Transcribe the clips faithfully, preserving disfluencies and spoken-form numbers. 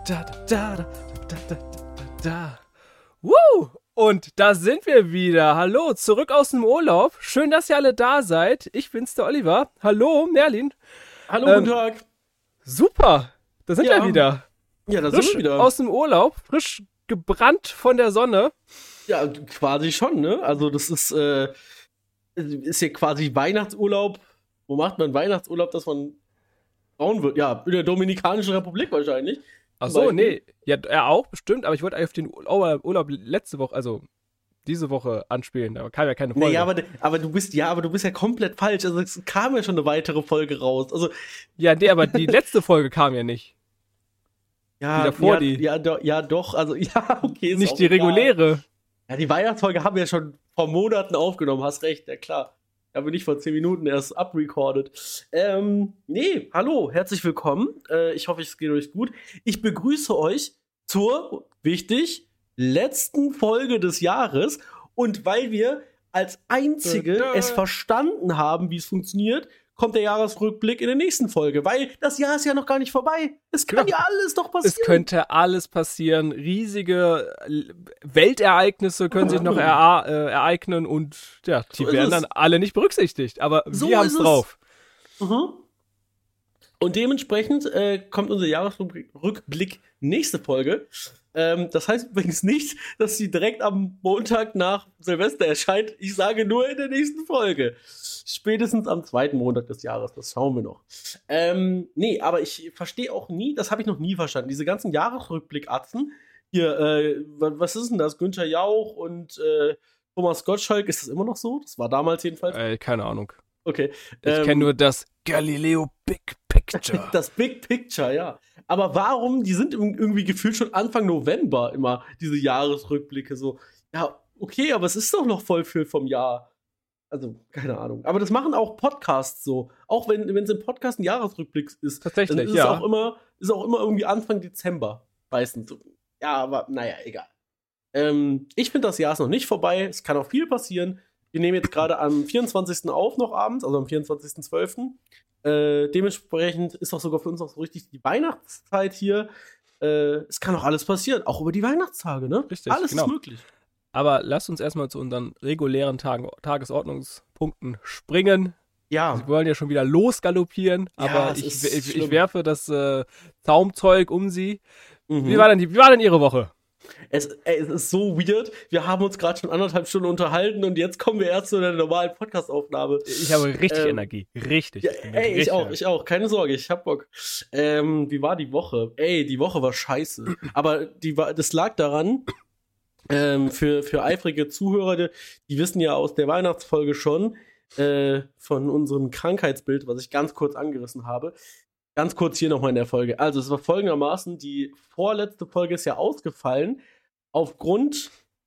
Da, da, da, da, da, da, da. Woo! Und da sind wir wieder. Hallo, zurück aus dem Urlaub. Schön, dass ihr alle da seid. Ich bin's, der Oliver. Hallo, Merlin. Hallo, Ähm, guten Tag. Super, da sind Ja. wir wieder. Ja, da Frisch sind wir wieder. aus dem Urlaub, frisch gebrannt von der Sonne. Ja, quasi schon, ne? Also das ist, äh, ist hier quasi Weihnachtsurlaub. Wo macht man Weihnachtsurlaub, dass man braun wird? Ja, in der Dominikanischen Republik wahrscheinlich. Ach Zum so, Beispiel. nee, ja, er auch, bestimmt, aber ich wollte eigentlich auf den Urlaub, Urlaub letzte Woche, also diese Woche anspielen, aber kam ja keine Folge. Nee, aber, aber du bist, ja, aber du bist ja komplett falsch. Also es kam ja schon eine weitere Folge raus. Also, Ja, nee, aber die letzte Folge kam ja nicht. ja, Die davor, ja, die- ja, do, ja, doch, also, ja, okay. ist Nicht auch die egal. reguläre. Ja, die Weihnachtsfolge haben wir ja schon vor Monaten aufgenommen, hast recht, ja klar. Haben wir nicht vor zehn Minuten erst abrecorded. Ähm, nee, hallo, herzlich willkommen. Äh, ich hoffe, es geht euch gut. Ich begrüße euch zur, wichtig, letzten Folge des Jahres. Und weil wir als einzige Da, da. es verstanden haben, wie es funktioniert, kommt der Jahresrückblick in der nächsten Folge. Weil das Jahr ist ja noch gar nicht vorbei. Es kann Genau. ja alles doch Es passieren. könnte alles passieren. Riesige äh, Weltereignisse können sich noch ere äh, ereignen und ja, die So ist werden es. dann alle nicht berücksichtigt. Aber So wir haben ist es es. drauf. Mhm. Und dementsprechend äh, kommt unser Jahresrückblick nächste Folge. Ähm, das heißt übrigens nicht, dass sie direkt am Montag nach Silvester erscheint. Ich sage nur in der nächsten Folge. Spätestens am zweiten Montag des Jahres. Das schauen wir noch. Ähm, nee, aber ich verstehe auch nie, das habe ich noch nie verstanden. Diese ganzen Jahresrückblick-Atzen. Hier, äh, wa- was ist denn das? Günther Jauch und äh, Thomas Gottschalk. Ist das immer noch so? Das war damals jedenfalls. Äh, keine Ahnung. Okay. Ich Ähm, kenne nur das Galileo Big Picture. Das Big Picture, ja. Aber warum, die sind im- irgendwie gefühlt schon Anfang November immer, diese Jahresrückblicke so. Ja, okay, aber es ist doch noch voll viel vom Jahr. Also, keine Ahnung. Aber das machen auch Podcasts so. Auch wenn es im Podcast ein Jahresrückblick ist. Tatsächlich, dann ist ja. Es auch immer, ist auch immer irgendwie Anfang Dezember. Meistens. Ja, aber naja, egal. Ähm, ich finde, das Jahr ist noch nicht vorbei. Es kann auch viel passieren. Wir nehmen jetzt gerade am vierundzwanzigsten auf, noch abends, also am vierundzwanzigsten zwölften Äh, dementsprechend ist auch sogar für uns auch so richtig die Weihnachtszeit hier. Äh, es kann auch alles passieren, auch über die Weihnachtstage, ne? Richtig, alles genau. ist möglich. Aber lasst uns erstmal zu unseren regulären Tagen, Tagesordnungspunkten springen. Ja, Sie wollen ja schon wieder losgaloppieren, Ja, aber es ich, ist ich, ich schlimm. werfe das äh, Zaumzeug um sie. mhm. Wie war denn die, wie war denn Ihre Woche? es, ey, es ist so weird. Wir haben uns gerade schon anderthalb Stunden unterhalten und jetzt kommen wir erst zu einer normalen Podcastaufnahme. Ich habe richtig Ähm, Energie. Richtig. Ja, bin ey, ich richtig auch, Energie. ich auch. Keine Sorge, ich hab Bock. Ähm, wie war die Woche? Ey, die Woche war scheiße. Aber die war, das lag daran, ähm, für, für eifrige Zuhörer, die, die wissen ja aus der Weihnachtsfolge schon, äh, von unserem Krankheitsbild, was ich ganz kurz angerissen habe. Ganz kurz hier nochmal in der Folge. Also, es war folgendermaßen, die vorletzte Folge ist ja ausgefallen, aufgrund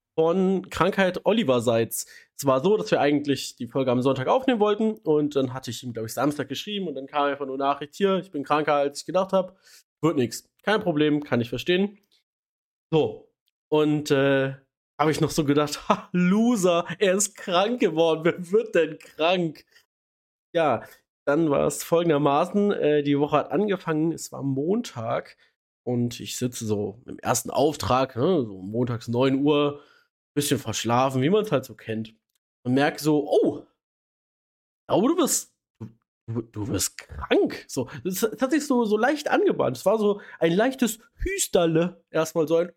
von Krankheit Oliverseits. Es war so, dass wir eigentlich die Folge am Sonntag aufnehmen wollten und dann hatte ich ihm, glaube ich, Samstag geschrieben und dann kam einfach nur Nachricht, hier, ich bin kranker, als ich gedacht habe. Wird nix. Kein Problem, kann ich verstehen. So. Und äh, habe ich noch so gedacht, ha, Loser, er ist krank geworden. Wer wird denn krank? Ja, dann war es folgendermaßen, äh, die Woche hat angefangen, es war Montag und ich sitze so im ersten Auftrag, ne, so montags neun Uhr, bisschen verschlafen, wie man es halt so kennt. Und merke so, oh, ich glaube, du bist, du, du bist krank. So, es hat es hat sich so, so leicht angebahnt. Es war so ein leichtes Hüsterle, erstmal so ein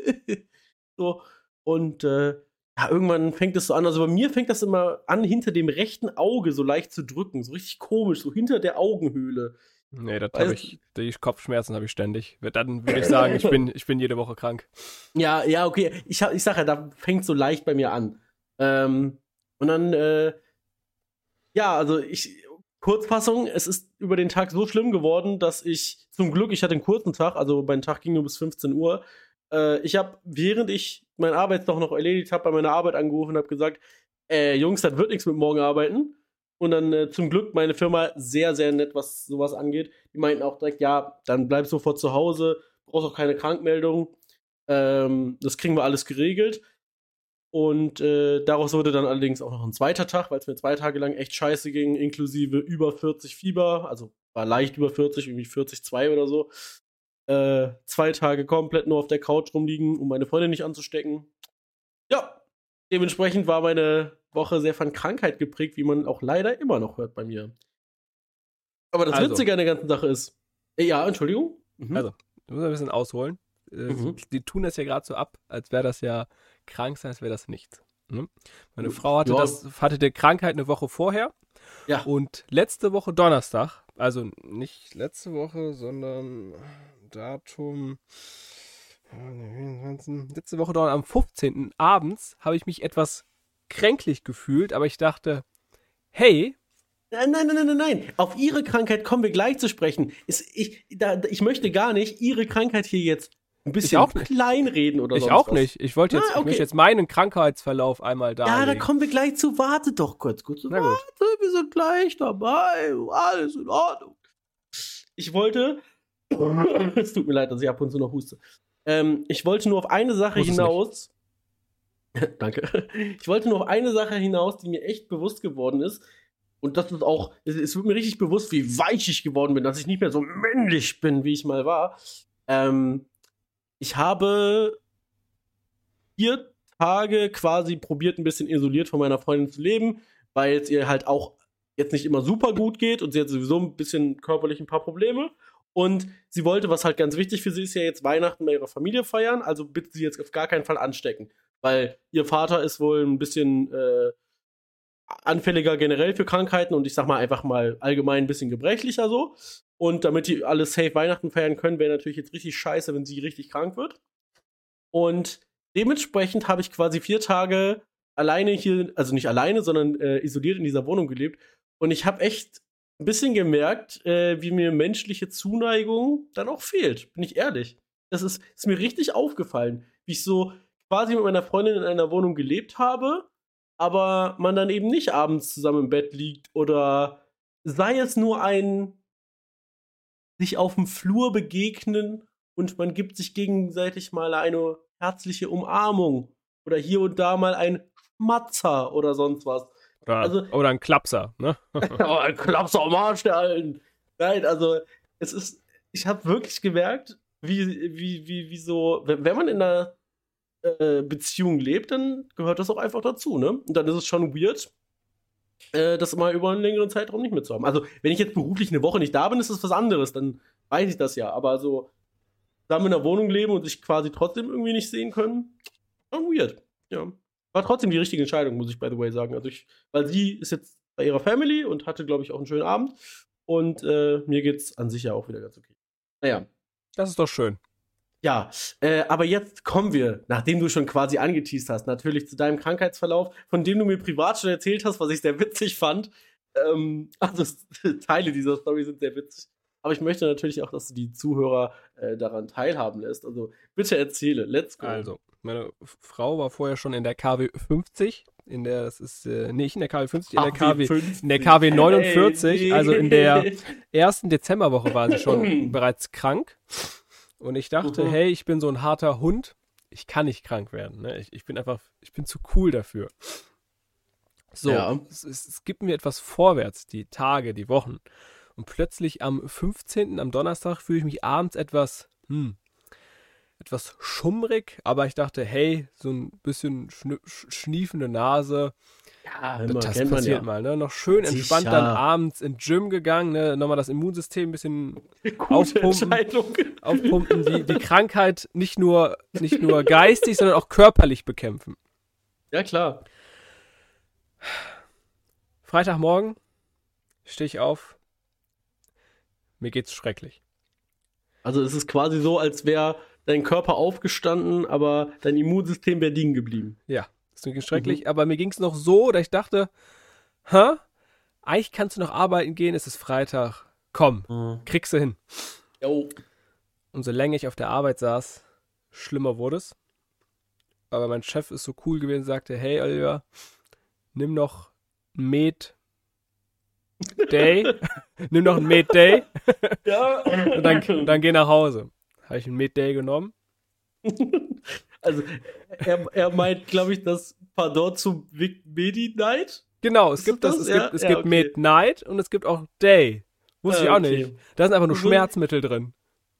so. Und äh, ja, irgendwann fängt es so an, also bei mir fängt das immer an, hinter dem rechten Auge so leicht zu drücken, so richtig komisch, so hinter der Augenhöhle. Nee, das Weißt- habe ich, die Kopfschmerzen habe ich ständig. Dann würde ich sagen, ich bin, ich bin jede Woche krank. Ja, ja, okay. Ich, hab- ich sag ja, da fängt so leicht bei mir an. Ähm, und dann, äh, ja, also ich, Kurzfassung, es ist über den Tag so schlimm geworden, dass ich, zum Glück, ich hatte einen kurzen Tag, also mein Tag ging nur bis fünfzehn Uhr. Äh, ich habe, während ich mein Arbeitstag noch erledigt habe, bei meiner Arbeit angerufen und habe gesagt, äh, Jungs, das wird nichts mit morgen arbeiten. Und dann äh, zum Glück meine Firma sehr, sehr nett, was sowas angeht. Die meinten auch direkt, ja, dann bleib sofort zu Hause, brauchst auch keine Krankmeldung. Ähm, das kriegen wir alles geregelt. Und äh, daraus wurde dann allerdings auch noch ein zweiter Tag, weil es mir zwei Tage lang echt scheiße ging, inklusive über vierzig Fieber. Also war leicht über vierzig, irgendwie vierzig Komma zwei oder so. äh, zwei Tage komplett nur auf der Couch rumliegen, um meine Freundin nicht anzustecken. Ja, dementsprechend war meine Woche sehr von Krankheit geprägt, wie man auch leider immer noch hört bei mir. Aber das Also. Witzige an der ganzen Sache ist, äh, ja, Entschuldigung. Mhm. Also, du musst ein bisschen ausholen. Äh, Mhm. Die tun das ja gerade so ab, als wäre das ja krank sein, als wäre das nichts. Ne? Meine Frau hatte, Ja. das, hatte die Krankheit eine Woche vorher. Ja. Und letzte Woche Donnerstag, also nicht letzte Woche, sondern Datum, letzte Woche Donnerstag, am fünfzehnten abends habe ich mich etwas kränklich gefühlt, aber ich dachte, hey, Nein, nein, nein, nein, nein. Auf Ihre Krankheit kommen wir gleich zu sprechen. Ist, ich, da, ich möchte gar nicht Ihre Krankheit hier jetzt ein bisschen auch nicht. kleinreden oder ich sonst auch was. nicht. Ich wollte jetzt, Ah, ich okay. möchte jetzt meinen Krankheitsverlauf einmal Ja, darlegen. da kommen wir gleich zu. Warte doch kurz, kurz. Na gut. Warte, wir sind gleich dabei. Alles in Ordnung. Ich wollte. Es tut mir leid, dass ich ab und zu noch huste. Ähm, ich wollte nur auf eine Sache Muss es hinaus. Danke. Ich wollte nur auf eine Sache hinaus, die mir echt bewusst geworden ist. Und das ist auch, es, es wird mir richtig bewusst, wie weich ich geworden bin, dass ich nicht mehr so männlich bin, wie ich mal war. Ähm, ich habe vier Tage quasi probiert, ein bisschen isoliert von meiner Freundin zu leben, weil es ihr halt auch jetzt nicht immer super gut geht und sie hat sowieso ein bisschen körperlich ein paar Probleme. Und sie wollte, was halt ganz wichtig für sie ist, ja jetzt Weihnachten bei ihrer Familie feiern, also bitte sie jetzt auf gar keinen Fall anstecken. Weil ihr Vater ist wohl ein bisschen äh, anfälliger generell für Krankheiten und ich sag mal einfach mal allgemein ein bisschen gebrechlicher so. Und damit die alle safe Weihnachten feiern können, wäre natürlich jetzt richtig scheiße, wenn sie richtig krank wird. Und dementsprechend habe ich quasi vier Tage alleine hier, also nicht alleine, sondern äh, isoliert in dieser Wohnung gelebt. Und ich habe echt ein bisschen gemerkt, äh, wie mir menschliche Zuneigung dann auch fehlt. Bin ich ehrlich. Das ist, ist mir richtig aufgefallen, wie ich so quasi mit meiner Freundin in einer Wohnung gelebt habe, aber man dann eben nicht abends zusammen im Bett liegt oder sei es nur ein sich auf dem Flur begegnen und man gibt sich gegenseitig mal eine herzliche Umarmung oder hier und da mal ein Schmatzer oder sonst was. Oder, Also- oder ein Klapser, ne? Oh, ein Klaps am Arsch der Alten. Nein, also es ist, ich habe wirklich gemerkt, wie, wie, wie, wie so, wenn wenn man in einer äh, Beziehung lebt, dann gehört das auch einfach dazu, ne? Und dann ist es schon weird, äh, das mal über einen längeren Zeitraum nicht mehr zu haben. Also, wenn ich jetzt beruflich eine Woche nicht da bin, ist das was anderes, dann weiß ich das ja. Aber so zusammen in einer Wohnung leben und sich quasi trotzdem irgendwie nicht sehen können, schon weird. Ja. War trotzdem die richtige Entscheidung, muss ich by the way sagen. Also ich, weil sie ist jetzt bei ihrer Family und hatte, glaube ich, auch einen schönen Abend. Und äh, mir geht's an sich ja auch wieder ganz okay. Naja. Das ist doch schön. Ja, äh, aber jetzt kommen wir, nachdem du schon quasi angeteased hast, natürlich zu deinem Krankheitsverlauf, von dem du mir privat schon erzählt hast, was ich sehr witzig fand. Ähm, also Teile dieser Story sind sehr witzig. Aber ich möchte natürlich auch, dass du die Zuhörer äh, daran teilhaben lässt. Also bitte erzähle, let's go. Also, meine Frau war vorher schon in der K W fünfzig, in der, das ist, äh, nicht in der K W fünfzig, in der K W, in der K W neunundvierzig, Ey, nee. also in der ersten Dezemberwoche war sie schon bereits krank. Und ich dachte, Mhm. hey, ich bin so ein harter Hund, ich kann nicht krank werden. Ne? Ich, ich bin einfach, ich bin zu cool dafür. So, Ja. es, es, es gibt mir etwas vorwärts, die Tage, die Wochen. Und plötzlich am fünfzehnten, am Donnerstag, fühle ich mich abends etwas, hm, etwas schummrig, aber ich dachte, hey, so ein bisschen schn schniefende Nase, Ja, immer, das kennt man passiert ja. mal, ne? Noch schön entspannt Sicher. dann abends ins Gym gegangen, ne? Nochmal das Immunsystem ein bisschen Gute aufpumpen. Entscheidung. aufpumpen, die, die Krankheit nicht nur, nicht nur geistig, sondern auch körperlich bekämpfen. Ja, klar. Freitagmorgen stehe ich auf, mir geht's schrecklich. Also es ist quasi so, als wäre dein Körper aufgestanden, aber dein Immunsystem wäre liegen geblieben. Ja, das ging schrecklich, aber mir ging's noch so, dass ich dachte, hä? Eigentlich kannst du noch arbeiten gehen, es ist Freitag, komm, kriegst du hin. Jo. Und so länger ich auf der Arbeit saß, schlimmer wurde es. Aber mein Chef ist so cool gewesen, sagte, hey Oliver, nimm noch ein Med Day, nimm noch ein Med Day Ja. und dann, und dann geh nach Hause. Habe ich ein Med Day genommen. Also er, er meint, glaube ich, das Pardon zum Vic Medi-Night. Genau, es Ist gibt das das, es das? gibt, Ja, es ja, gibt okay. Med Night und es gibt auch Day. Wusste Ah, ich auch okay. nicht. Da sind einfach nur So- Schmerzmittel drin.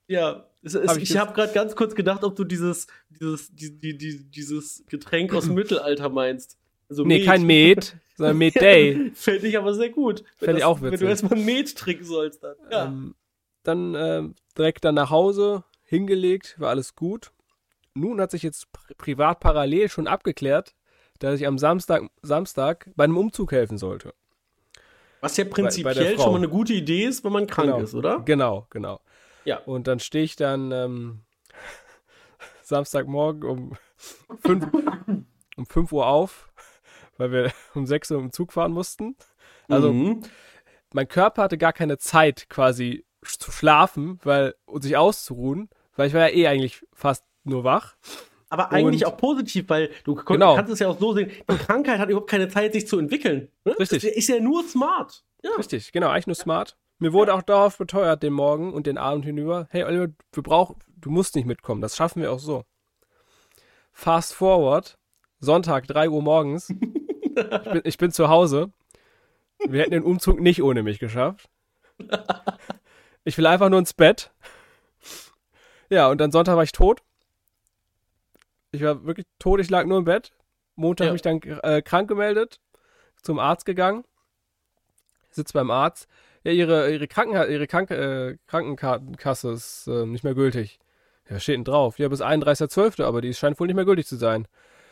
Ja, es, es, Hab ich ich habe gerade ganz kurz gedacht, ob du dieses, dieses, die, die, die, dieses Getränk aus dem Mittelalter meinst. Also Nee, Met. kein Met, sondern Met Day. Fände ich aber sehr gut. Wenn, Fänd ich das, auch wenn witzig. du erstmal Met trinken sollst, dann. Ja. Ähm, dann ähm, direkt dann nach Hause, hingelegt, war alles gut. Nun hat sich jetzt pri- privat parallel schon abgeklärt, dass ich am Samstag, Samstag bei einem Umzug helfen sollte. Was ja Bei- bei der prinzipiell Frau. schon mal eine gute Idee ist, wenn man krank Genau. ist, oder? Genau, genau. Ja. Und dann stehe ich dann ähm, Samstagmorgen um fünf um fünf Uhr auf, weil wir um sechs Uhr im Zug fahren mussten. Also Mhm. mein Körper hatte gar keine Zeit quasi sch- zu schlafen, weil und sich auszuruhen, weil ich war ja eh eigentlich fast nur wach. Aber eigentlich Und- auch positiv, weil du kon- Genau. kannst es ja auch so sehen, die Krankheit hat überhaupt keine Zeit, sich zu entwickeln. Ne? Richtig. Das ist ja nur smart. Ja. Richtig, genau, eigentlich nur smart. Mir wurde auch darauf beteuert, den Morgen und den Abend hinüber, hey Oliver, wir brauchen, du musst nicht mitkommen, das schaffen wir auch so. Fast forward, Sonntag, drei Uhr morgens, ich bin, ich bin zu Hause, wir hätten den Umzug nicht ohne mich geschafft. Ich will einfach nur ins Bett. Ja, und dann Sonntag war ich tot. Ich war wirklich tot, ich lag nur im Bett. Montag Ja. habe ich dann äh, krank gemeldet, zum Arzt gegangen, sitzt beim Arzt. Ja, ihre, ihre, Kranken, ihre Krank äh, Krankenkasse ist äh, nicht mehr gültig. Ja, steht denn drauf? Ja, bis einunddreißigster zwölfter aber die scheint wohl nicht mehr gültig zu sein.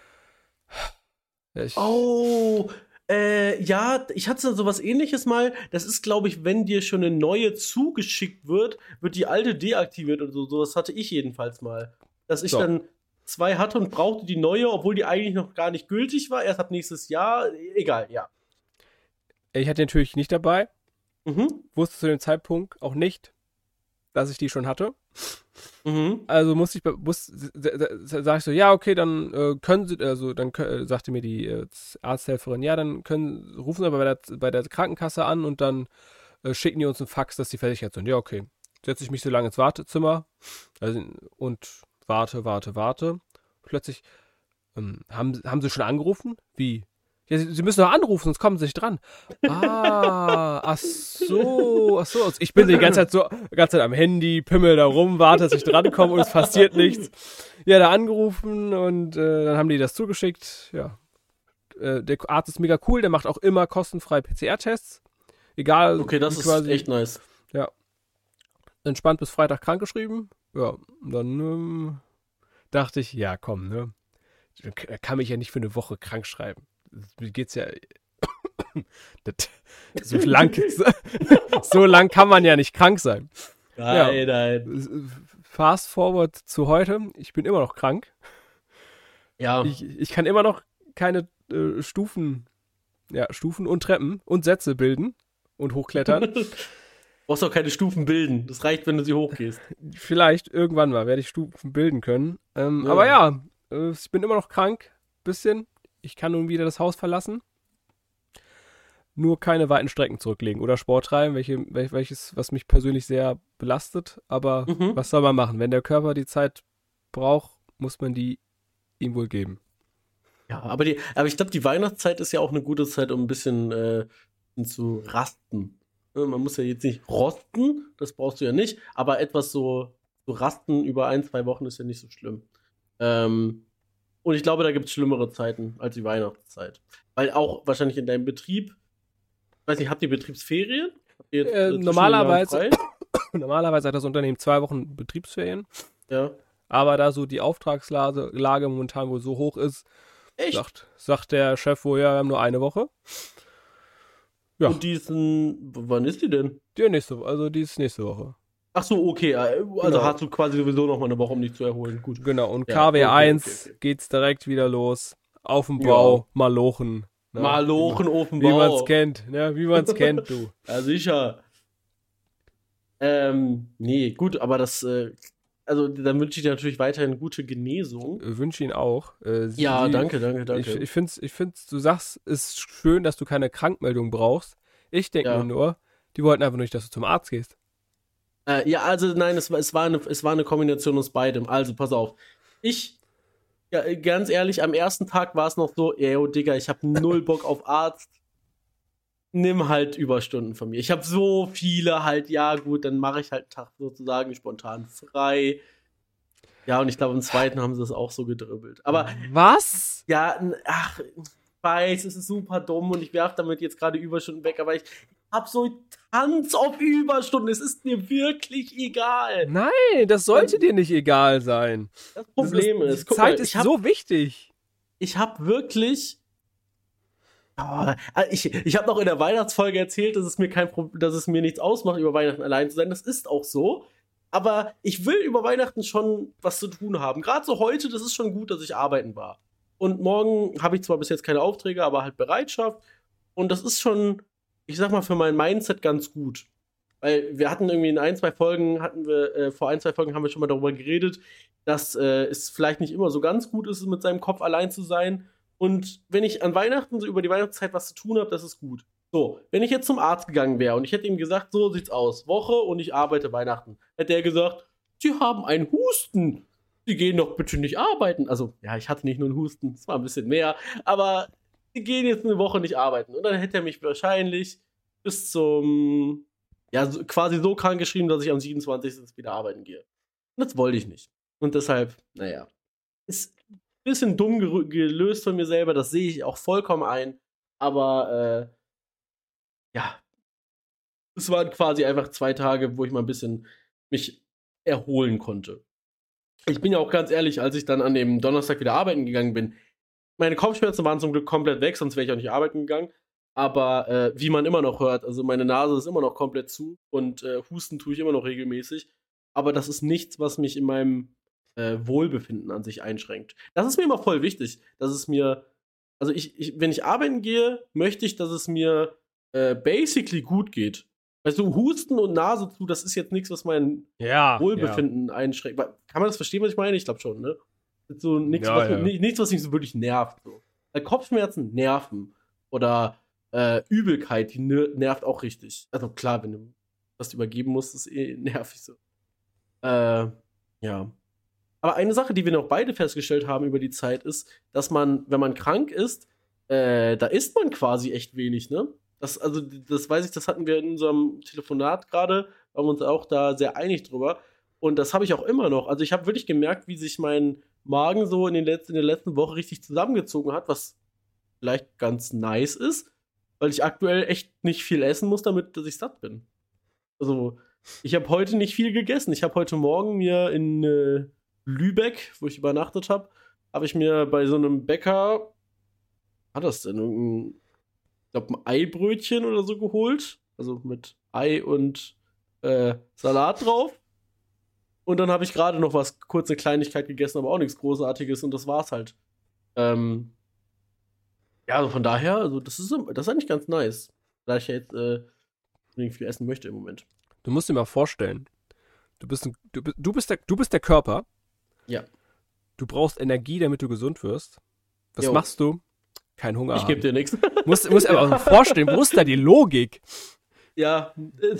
Ja, ich, Oh, äh, ja, ich hatte sowas ähnliches mal. Das ist, glaube ich, wenn dir schon eine neue zugeschickt wird, wird die alte deaktiviert und so. Sowas hatte ich jedenfalls mal. Dass ich So. dann zwei hatte und brauchte die neue, obwohl die eigentlich noch gar nicht gültig war. Erst ab nächstes Jahr. Egal, ja. ich hatte natürlich nicht dabei, Mhm. wusste zu dem Zeitpunkt auch nicht, dass ich die schon hatte. Mhm. Also musste ich, muss, sag ich so, ja, okay, dann äh, können Sie, also dann äh, sagte mir die äh, Arzthelferin, ja, dann können, rufen Sie aber bei der, bei der Krankenkasse an und dann äh, schicken die uns einen Fax, dass die versichert sind. Ja, okay. Setze ich mich so lange ins Wartezimmer also, und warte, warte, warte. Plötzlich, ähm, haben, haben Sie schon angerufen? Wie? Ja, Sie, Sie müssen doch anrufen, sonst kommen Sie nicht dran. Ah, ach so, ach so. Ich bin die ganze Zeit so, die ganze Zeit am Handy, pimmel da rum, warte, dass ich drankomme und es passiert nichts. Ja, da angerufen und äh, dann haben die das zugeschickt. Ja, äh, der Arzt ist mega cool, der macht auch immer kostenfrei P C R-Tests. Egal. Okay, das wie ist quasi, echt nice. entspannt bis Freitag krankgeschrieben. Ja, und dann ähm, dachte ich, ja, komm, ne? Da kann mich ja nicht für eine Woche krank schreiben. Mir geht's ja. das, so, lang, so, so lang kann man ja nicht krank sein. Nein, Ja. nein. Fast forward zu heute. Ich bin immer noch krank. Ja. Ich, ich kann immer noch keine äh, Stufen, ja, Stufen und Treppen und Sätze bilden und hochklettern. Brauchst auch keine Stufen bilden. Das reicht, wenn du sie hochgehst. Vielleicht irgendwann mal werde ich Stufen bilden können. Ähm, Ja. Aber ja, äh, ich bin immer noch krank. Bisschen. Ich kann nun wieder das Haus verlassen. Nur keine weiten Strecken zurücklegen oder Sport treiben, welche, wel- welches, was mich persönlich sehr belastet. Aber Mhm. was soll man machen? Wenn der Körper die Zeit braucht, muss man die ihm wohl geben. Ja, aber, die, aber ich glaube, die Weihnachtszeit ist ja auch eine gute Zeit, um ein bisschen äh, zu rasten. Ne, man muss ja jetzt nicht rosten, das brauchst du ja nicht, aber etwas so, so rasten über ein, zwei Wochen ist ja nicht so schlimm. Ähm, und ich glaube, da gibt es schlimmere Zeiten als die Weihnachtszeit. Weil auch wahrscheinlich in deinem Betrieb, weiß nicht, habt ihr Betriebsferien? Habt ihr jetzt, Äh, äh, zwischen den normalerweise- Jahren Normalerweise hat das Unternehmen zwei Wochen Betriebsferien. frei? Ja. Aber da so die Auftragslage Lage momentan wohl so hoch ist, Echt? sagt, sagt der Chef wohl, ja, wir haben nur eine Woche. Ja. Und die ist ein, w- wann ist die denn? Die nächste, also die ist nächste Woche. Ach so, okay, äh, also Genau. hast du quasi sowieso noch mal eine Woche, um dich zu erholen. Gut. Genau, und Ja, K W eins okay, okay, okay. geht's direkt wieder los. Auf dem Ja. Bau, Malochen. Ne? Malochen auf dem Wie Bau. man's kennt, ne? Wie man's kennt, du. Ja, sicher. Ähm, nee, gut, aber das, äh, also dann wünsche ich dir natürlich weiterhin gute Genesung. Äh, Wünsche ihn auch. Äh, sie- Ja, sie- danke, danke, danke. Ich, ich find's, ich find's, du sagst, es ist schön, dass du keine Krankmeldung brauchst. Ich denke Ja. mir nur, die wollten einfach nicht, dass du zum Arzt gehst. Äh, ja, also nein, es war, es, war eine, es war eine Kombination aus beidem. Also, pass auf. Ich, ja, äh, ganz ehrlich, am ersten Tag war es noch so, ey, oh, Digga, ich habe null Bock auf Arzt. nimm halt Überstunden von mir. Ich habe so viele halt, ja gut, dann mache ich halt einen Tag sozusagen spontan frei. Ja, und ich glaube, im zweiten haben sie es auch so gedribbelt. Aber was? Ja, ach, ich weiß, es ist super dumm und ich werfe damit jetzt gerade Überstunden weg, aber ich hab so Tanz auf Überstunden. Es ist mir wirklich egal. Nein, das sollte dir nicht egal sein. Das Problem das ist, ist, die Zeit mal, ist hab, so wichtig. Ich habe wirklich Oh, ich ich habe noch in der Weihnachtsfolge erzählt, dass es mir kein Problem, dass es mir nichts ausmacht, über Weihnachten allein zu sein. Das ist auch so. Aber ich will über Weihnachten schon was zu tun haben. Gerade so heute, das ist schon gut, dass ich arbeiten war. Und morgen habe ich zwar bis jetzt keine Aufträge, aber halt Bereitschaft. Und das ist schon, ich sag mal, für mein Mindset ganz gut. Weil wir hatten irgendwie in ein, zwei Folgen, hatten wir, äh, vor ein, zwei Folgen haben wir schon mal darüber geredet, dass äh, es vielleicht nicht immer so ganz gut ist, mit seinem Kopf allein zu sein. Und wenn ich an Weihnachten, so über die Weihnachtszeit was zu tun habe, das ist gut. So, wenn ich jetzt zum Arzt gegangen wäre und ich hätte ihm gesagt, so sieht's aus, Woche und ich arbeite Weihnachten, hätte er gesagt, Sie haben einen Husten. Sie gehen doch bitte nicht arbeiten. Also, ja, ich hatte nicht nur einen Husten, es war ein bisschen mehr, aber Sie gehen jetzt eine Woche nicht arbeiten. Und dann hätte er mich wahrscheinlich bis zum, ja, so, quasi so krank geschrieben, dass ich am siebenundzwanzigsten wieder arbeiten gehe. Und das wollte ich nicht. Und deshalb, naja, ist bisschen dumm ge- gelöst von mir selber, das sehe ich auch vollkommen ein, aber äh, ja, es waren quasi einfach zwei Tage, wo ich mal ein bisschen mich erholen konnte. Ich bin ja auch ganz ehrlich, als ich dann an dem Donnerstag wieder arbeiten gegangen bin, meine Kopfschmerzen waren zum Glück komplett weg, sonst wäre ich auch nicht arbeiten gegangen, aber äh, wie man immer noch hört, also meine Nase ist immer noch komplett zu und äh, Husten tue ich immer noch regelmäßig, aber das ist nichts, was mich in meinem Äh, Wohlbefinden an sich einschränkt. Das ist mir immer voll wichtig, dass es mir, also ich, ich wenn ich arbeiten gehe, möchte ich, dass es mir äh, basically gut geht. Weißt du, Husten und Nase zu, das ist jetzt nichts, was mein ja, Wohlbefinden ja. einschränkt. Kann man das verstehen, was ich meine? Ich glaube schon, ne? So nichts, ja, was, ja. nichts, was mich so wirklich nervt. So. Weil Kopfschmerzen nerven. Oder äh, Übelkeit, die nervt auch richtig. Also klar, wenn du was übergeben musst, ist eh nervig so. Äh, ja. Aber eine Sache, die wir noch beide festgestellt haben über die Zeit, ist, dass man, wenn man krank ist, äh, da isst man quasi echt wenig, ne? Das, also, das weiß ich, das hatten wir in unserem Telefonat gerade, waren wir uns auch da sehr einig drüber. Und das habe ich auch immer noch. Also, ich habe wirklich gemerkt, wie sich mein Magen so in, den letzten, in der letzten Woche richtig zusammengezogen hat, was vielleicht ganz nice ist, weil ich aktuell echt nicht viel essen muss, damit dass ich satt bin. Also, ich habe heute nicht viel gegessen. Ich habe heute Morgen mir in äh, Lübeck, wo ich übernachtet habe, habe ich mir bei so einem Bäcker, was hat das denn, irgendein, ich glaube, ein Eibrötchen oder so geholt. Also mit Ei und äh, Salat drauf. Und dann habe ich gerade noch was, kurze Kleinigkeit gegessen, aber auch nichts Großartiges und das war's halt. Ähm, ja, also von daher, also das ist, das ist eigentlich ganz nice. Da ich ja jetzt äh, nicht viel essen möchte im Moment. Du musst dir mal vorstellen, du bist, ein, du, du, bist der, du bist der Körper. Ja. Du brauchst Energie, damit du gesund wirst. Was Jo. machst du? Kein Hunger Ich gebe dir nichts. Musst, musst aber auch vorstellen, wo ist da die Logik? Ja,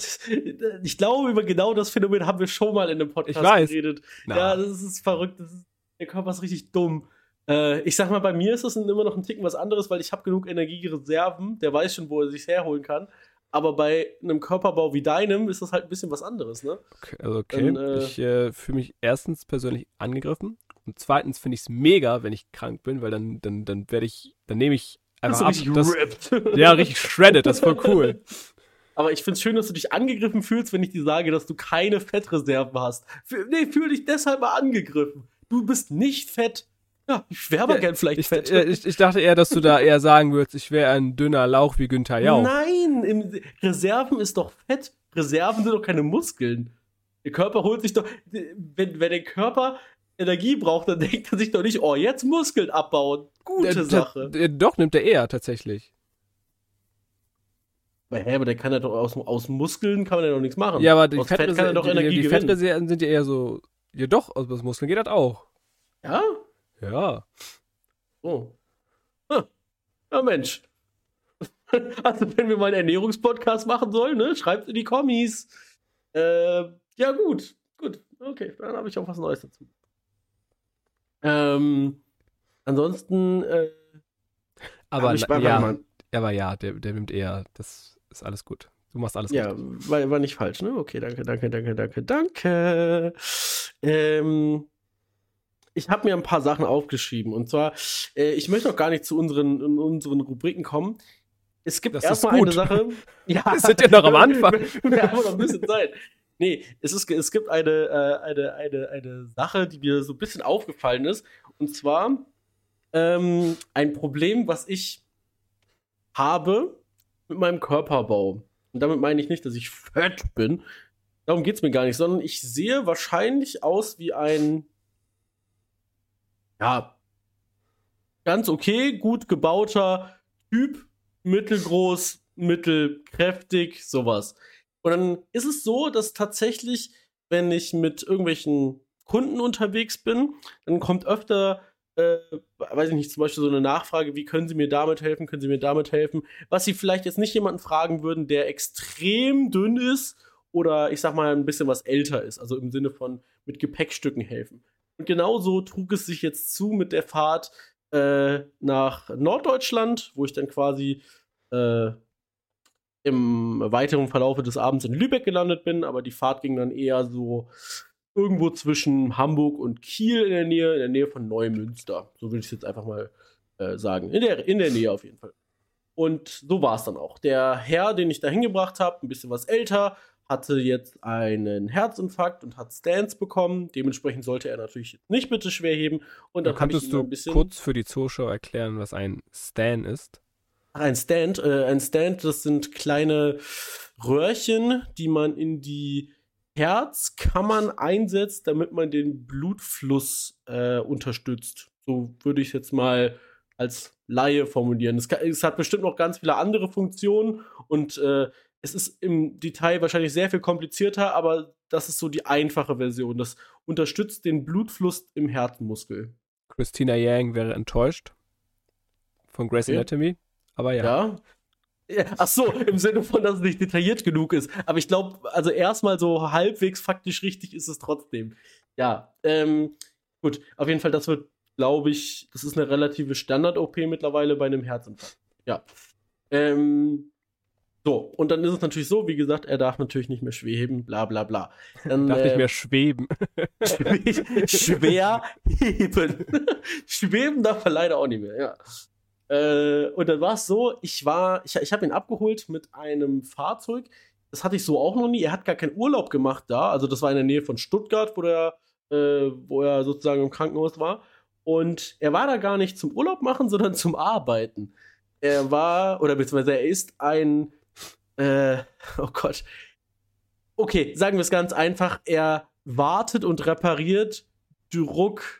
ich glaube, über genau das Phänomen haben wir schon mal in einem Podcast ich weiß. geredet. Na. Ja, das ist verrückt. Das ist, der Körper ist richtig dumm. Äh, ich sag mal, bei mir ist das immer noch ein Ticken was anderes, weil ich habe genug Energiereserven. Der weiß schon, wo er sich herholen kann. Aber bei einem Körperbau wie deinem ist das halt ein bisschen was anderes, ne? Okay, also okay. Dann, äh, ich äh, fühle mich erstens persönlich angegriffen und zweitens finde ich es mega, wenn ich krank bin, weil dann, dann, dann werde ich, dann nehme ich einfach ab. Das, ripped. ja, richtig shredded, das ist voll cool. Aber ich finde es schön, dass du dich angegriffen fühlst, wenn ich dir sage, dass du keine Fettreserven hast. F- nee, fühl dich deshalb mal angegriffen. Du bist nicht fett. Ja, ich wäre aber ja, gern vielleicht ich, fett. äh, ich, ich dachte eher, dass du da eher sagen würdest, ich wäre ein dünner Lauch wie Günther Jauch. Nein, im, Reserven ist doch Fett. Reserven sind doch keine Muskeln. Der Körper holt sich doch, wenn, wenn der Körper Energie braucht, dann denkt er sich doch nicht, oh, jetzt Muskeln abbauen. Gute Der- der- Sache. der- Doch, nimmt er eher tatsächlich. Aber, hä, aber der kann ja doch aus, aus Muskeln kann man ja doch nichts machen. Ja, aber die, aus Fett kann er Fettreserven, doch die, Energie die gewinnen. Fettreserven sind ja eher so, ja doch, aus Muskeln geht das auch. Ja? Ja. Oh. Hm. Ja, Mensch. Also, wenn wir mal einen Ernährungspodcast machen sollen, ne, schreibt in die Kommis. Äh, ja, gut. Gut. Okay, dann habe ich auch was Neues dazu. Ähm, ansonsten, äh, Aber hab ich, na, warte ja, mal. Aber ja, der, der nimmt eher, das ist alles gut. Du machst alles Ja, richtig. war, war nicht falsch, ne? Okay, danke, danke, danke, danke, danke. Ähm, ich habe mir ein paar Sachen aufgeschrieben. Und zwar, äh, ich möchte noch gar nicht zu unseren, in unseren Rubriken kommen. Es gibt Das ist erstmal gut. eine Sache. Ja, Wir sind ja noch am Anfang. Wir haben noch ein bisschen Zeit. Nee, es, ist, es gibt eine, äh, eine, eine, eine Sache, die mir so ein bisschen aufgefallen ist. Und zwar ähm, ein Problem, was ich habe mit meinem Körperbau. Und damit meine ich nicht, dass ich fett bin. Darum geht's mir gar nicht, sondern ich sehe wahrscheinlich aus wie ein, ja, ganz okay, gut gebauter Typ, mittelgroß, mittelkräftig, sowas. Und dann ist es so, dass tatsächlich, wenn ich mit irgendwelchen Kunden unterwegs bin, dann kommt öfter, äh, weiß ich nicht, zum Beispiel so eine Nachfrage, wie können Sie mir damit helfen, können Sie mir damit helfen, was Sie vielleicht jetzt nicht jemanden fragen würden, der extrem dünn ist oder ich sag mal ein bisschen was älter ist, also im Sinne von mit Gepäckstücken helfen. Und genauso trug es sich jetzt zu mit der Fahrt äh, nach Norddeutschland, wo ich dann quasi äh, im weiteren Verlaufe des Abends in Lübeck gelandet bin, aber die Fahrt ging dann eher so irgendwo zwischen Hamburg und Kiel in der Nähe, in der Nähe von Neumünster. So würde ich es jetzt einfach mal äh, sagen. In der, in der Nähe auf jeden Fall. Und so war es dann auch. Der Herr, den ich da hingebracht habe, ein bisschen was älter, hatte jetzt einen Herzinfarkt und hat Stents bekommen. Dementsprechend sollte er natürlich nicht bitte schwer heben. Und dann Könntest ich du ein bisschen kurz für die Zuschauer erklären, was ein Stan ist? Ach, ein Stand, äh, ein Stand, das sind kleine Röhrchen, die man in die Herzkammern einsetzt, damit man den Blutfluss äh, unterstützt. So würde ich es jetzt mal als Laie formulieren. Es, kann, es hat bestimmt noch ganz viele andere Funktionen und äh, es ist im Detail wahrscheinlich sehr viel komplizierter, aber das ist so die einfache Version. Das unterstützt den Blutfluss im Herzmuskel. Christina Yang wäre enttäuscht von Grey's Okay. Anatomy, aber ja. Ja. Ja, ach so, im Sinne von, dass es nicht detailliert genug ist. Aber ich glaube, also erstmal so halbwegs faktisch richtig ist es trotzdem. Ja, ähm, gut. Auf jeden Fall, das wird, glaube ich, das ist eine relative Standard-O P mittlerweile bei einem Herzinfarkt. Ja. Ähm, so, und dann ist es natürlich so, wie gesagt, er darf natürlich nicht mehr schweben, bla bla bla. Dann, Darf nicht äh, mehr schweben. schwer heben. Schweben darf er leider auch nicht mehr, ja. Äh, und dann war es so, ich war, ich, ich habe ihn abgeholt mit einem Fahrzeug. Das hatte ich so auch noch nie. Er hat gar keinen Urlaub gemacht da. Also das war in der Nähe von Stuttgart, wo der, äh, wo er sozusagen im Krankenhaus war. Und er war da gar nicht zum Urlaub machen, sondern zum Arbeiten. Er war, oder beziehungsweise er ist ein, äh, oh Gott. Okay, sagen wir es ganz einfach. Er wartet und repariert Druck.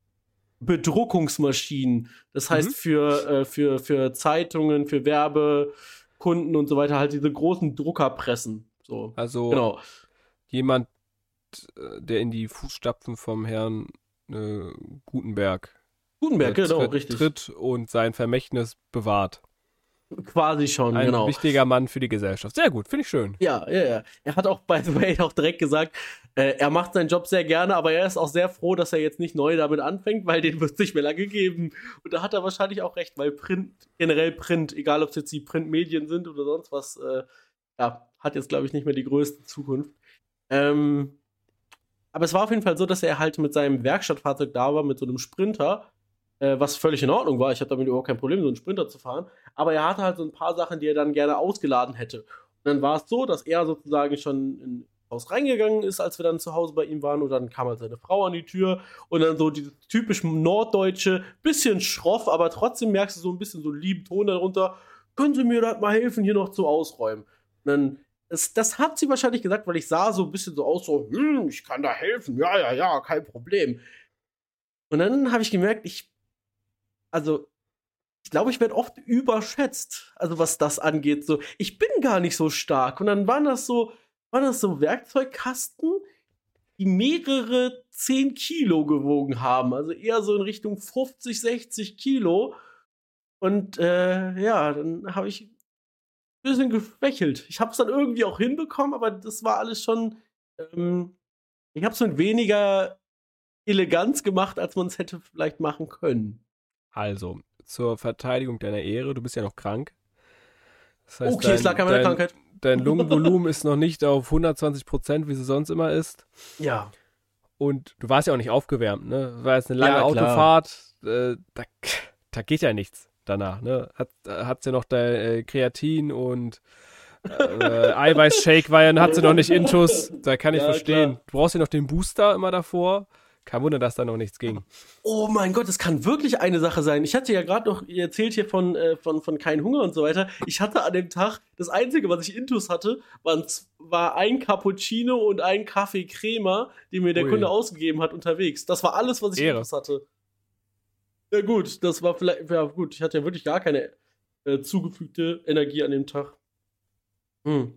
Bedruckungsmaschinen. Das heißt, Mhm. für, äh, für, für Zeitungen, für Werbekunden und so weiter, halt diese großen Druckerpressen. So. Also Genau. jemand, äh, der in die Fußstapfen vom Herrn äh, Gutenberg Gutenberg, äh, genau, tritt, richtig. tritt und sein Vermächtnis bewahrt. Quasi schon, Ein genau. wichtiger Mann für die Gesellschaft. Sehr gut, finde ich schön. Ja, ja, ja. Er hat auch, by the way, auch direkt gesagt, äh, er macht seinen Job sehr gerne, aber er ist auch sehr froh, dass er jetzt nicht neu damit anfängt, weil den wird es nicht mehr lange geben. Und da hat er wahrscheinlich auch recht, weil Print, generell Print, egal ob es jetzt die Printmedien sind oder sonst was, äh, ja, hat jetzt, glaube ich, nicht mehr die größte Zukunft. Ähm, aber es war auf jeden Fall so, dass er halt mit seinem Werkstattfahrzeug da war, mit so einem Sprinter, äh, was völlig in Ordnung war. Ich habe damit überhaupt kein Problem, so einen Sprinter zu fahren. Aber er hatte halt so ein paar Sachen, die er dann gerne ausgeladen hätte. Und dann war es so, dass er sozusagen schon ins Haus reingegangen ist, als wir dann zu Hause bei ihm waren. Und dann kam halt seine Frau an die Tür. Und dann so dieses typisch norddeutsche, bisschen schroff, aber trotzdem merkst du so ein bisschen so einen lieben Ton darunter. Können Sie mir das mal helfen, hier noch zu ausräumen? Und dann, das, das hat sie wahrscheinlich gesagt, weil ich sah so ein bisschen so aus, so, hm, ich kann da helfen. Ja, ja, ja, kein Problem. Und dann habe ich gemerkt, ich, also, ich glaube, ich werde oft überschätzt, also was das angeht. So, ich bin gar nicht so stark. Und dann waren das so, waren das so Werkzeugkasten, die mehrere zehn Kilo gewogen haben. Also eher so in Richtung fünfzig, sechzig Kilo. Und äh, ja, dann habe ich ein bisschen geschwächelt. Ich habe es dann irgendwie auch hinbekommen, aber das war alles schon. Ähm, ich habe es mit weniger Eleganz gemacht, als man es hätte vielleicht machen können. Also, zur Verteidigung deiner Ehre, du bist ja noch krank. Das heißt, Okay, es lag an meiner dein, Krankheit. Dein Lungenvolumen ist noch nicht auf hundertzwanzig Prozent, wie sie sonst immer ist. Ja. Und du warst ja auch nicht aufgewärmt, ne? War jetzt eine lange Ja, klar. Autofahrt, äh, da, da geht ja nichts danach, ne? Hat, hat's ja noch dein äh, Kreatin und äh, Eiweißshake war ja, hat sie noch nicht intus, da kann ich Ja, verstehen. klar. Du brauchst ja noch den Booster immer davor. Kein Wunder, dass da noch nichts ging. Oh mein Gott, das kann wirklich eine Sache sein. Ich hatte ja gerade noch erzählt hier von, äh, von, von kein Hunger und so weiter. Ich hatte an dem Tag, das Einzige, was ich intus hatte, waren, war ein Cappuccino und ein Kaffee Crema, den mir der Ui. Kunde ausgegeben hat unterwegs. Das war alles, was ich Ehre. intus hatte. Ja gut, das war vielleicht, ja gut, ich hatte ja wirklich gar keine äh, zugefügte Energie an dem Tag. Hm.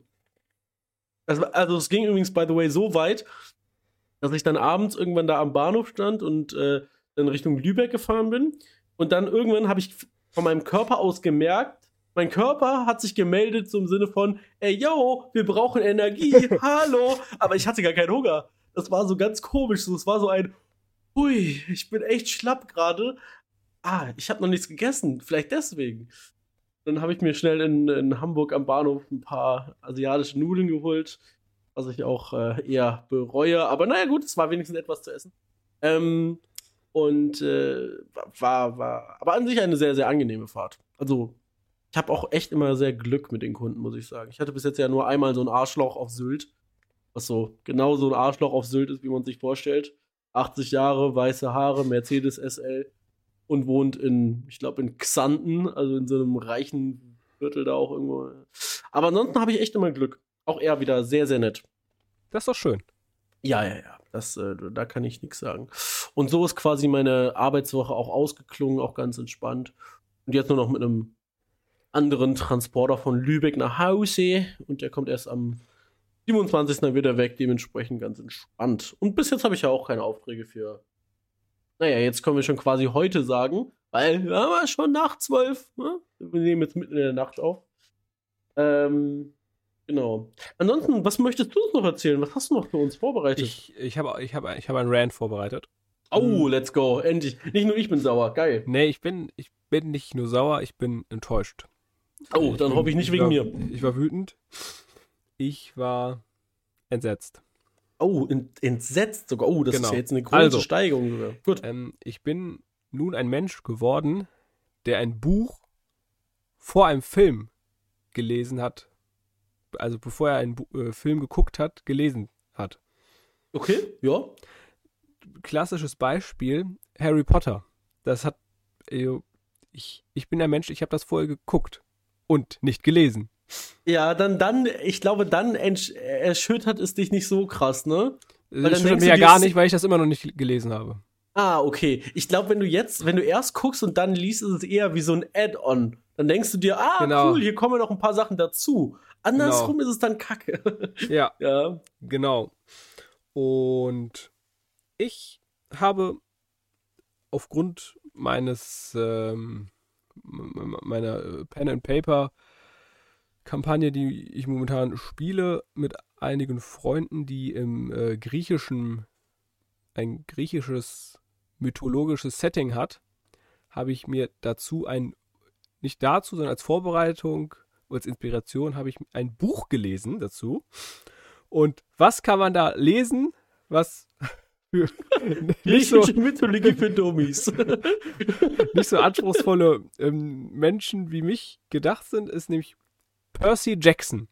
Also, also es ging übrigens, by the way, so weit, dass ich dann abends irgendwann da am Bahnhof stand und äh, dann Richtung Lübeck gefahren bin. Und dann irgendwann habe ich von meinem Körper aus gemerkt, mein Körper hat sich gemeldet so im Sinne von, ey, yo, wir brauchen Energie, hallo. Aber ich hatte gar keinen Hunger. Das war so ganz komisch. So, es war so ein, hui, ich bin echt schlapp gerade. Ah, ich habe noch nichts gegessen. Vielleicht deswegen. Dann habe ich mir schnell in, in Hamburg am Bahnhof ein paar asiatische Nudeln geholt, was ich auch äh, eher bereue. Aber naja, gut, es war wenigstens etwas zu essen. Ähm, und äh, war, war, aber an sich eine sehr, sehr angenehme Fahrt. Also, ich habe auch echt immer sehr Glück mit den Kunden, muss ich sagen. Ich hatte bis jetzt ja nur einmal so ein Arschloch auf Sylt, was so genau so ein Arschloch auf Sylt ist, wie man sich vorstellt. achtzig Jahre, weiße Haare, Mercedes S L und wohnt in, ich glaube, in Xanten, also in so einem reichen Viertel da auch irgendwo. Aber ansonsten habe ich echt immer Glück. Auch er wieder sehr, sehr nett. Das ist doch schön. Ja, ja, ja. Das, äh, da kann ich nichts sagen. Und so ist quasi meine Arbeitswoche auch ausgeklungen, auch ganz entspannt. Und jetzt nur noch mit einem anderen Transporter von Lübeck nach Hause. Und der kommt erst am siebenundzwanzigsten dann wieder weg, dementsprechend ganz entspannt. Und bis jetzt habe ich ja auch keine Aufträge für. Naja, jetzt können wir schon quasi heute sagen, weil wir haben ja schon nach zwölf. Ne? Wir nehmen jetzt mitten in der Nacht auf. Ähm. Genau. Ansonsten, was möchtest du uns noch erzählen? Was hast du noch für uns vorbereitet? Ich, ich habe ich hab, ich hab einen Rant vorbereitet. Oh, let's go. Endlich. Nicht nur ich bin sauer. Geil. Nee, ich bin, ich bin nicht nur sauer, ich bin enttäuscht. Oh, Ich dann bin- hoffe ich nicht ich wegen war, mir. Ich war wütend. Ich war entsetzt. Oh, ent- entsetzt sogar. Oh, das Genau. ist ja jetzt eine große Also. Steigerung sogar. Gut. Ähm, ich bin nun ein Mensch geworden, der ein Buch vor einem Film gelesen hat. Also bevor er einen Bu äh, Film geguckt hat, gelesen hat. Okay, ja. Klassisches Beispiel, Harry Potter. Das hat, äh, ich, ich bin ein Mensch, ich habe das vorher geguckt und nicht gelesen. Ja, dann, dann, ich glaube, dann entsch- erschüttert es dich nicht so krass, ne? Das dann stimmt denkst mir du ja dir, gar es- nicht, weil ich das immer noch nicht gelesen habe. Ah, okay. Ich glaube, wenn du jetzt, wenn du erst guckst und dann liest, ist es eher wie so ein Add-on. Dann denkst du dir, ah, Genau. cool, hier kommen noch ein paar Sachen dazu. Andersrum ist es dann kacke. Ja, Ja. genau. Und ich habe aufgrund meines ähm, m- meiner äh, Pen and Paper Kampagne, die ich momentan spiele, mit einigen Freunden, die im äh, griechischen ein griechisches mythologisches Setting hat, habe ich mir dazu ein nicht dazu, sondern als Vorbereitung als Inspiration habe ich ein Buch gelesen dazu. Und was kann man da lesen, was für nicht so, Griechische Mythologie für Dummies. nicht so anspruchsvolle ähm, Menschen wie mich gedacht sind, ist nämlich Percy Jackson.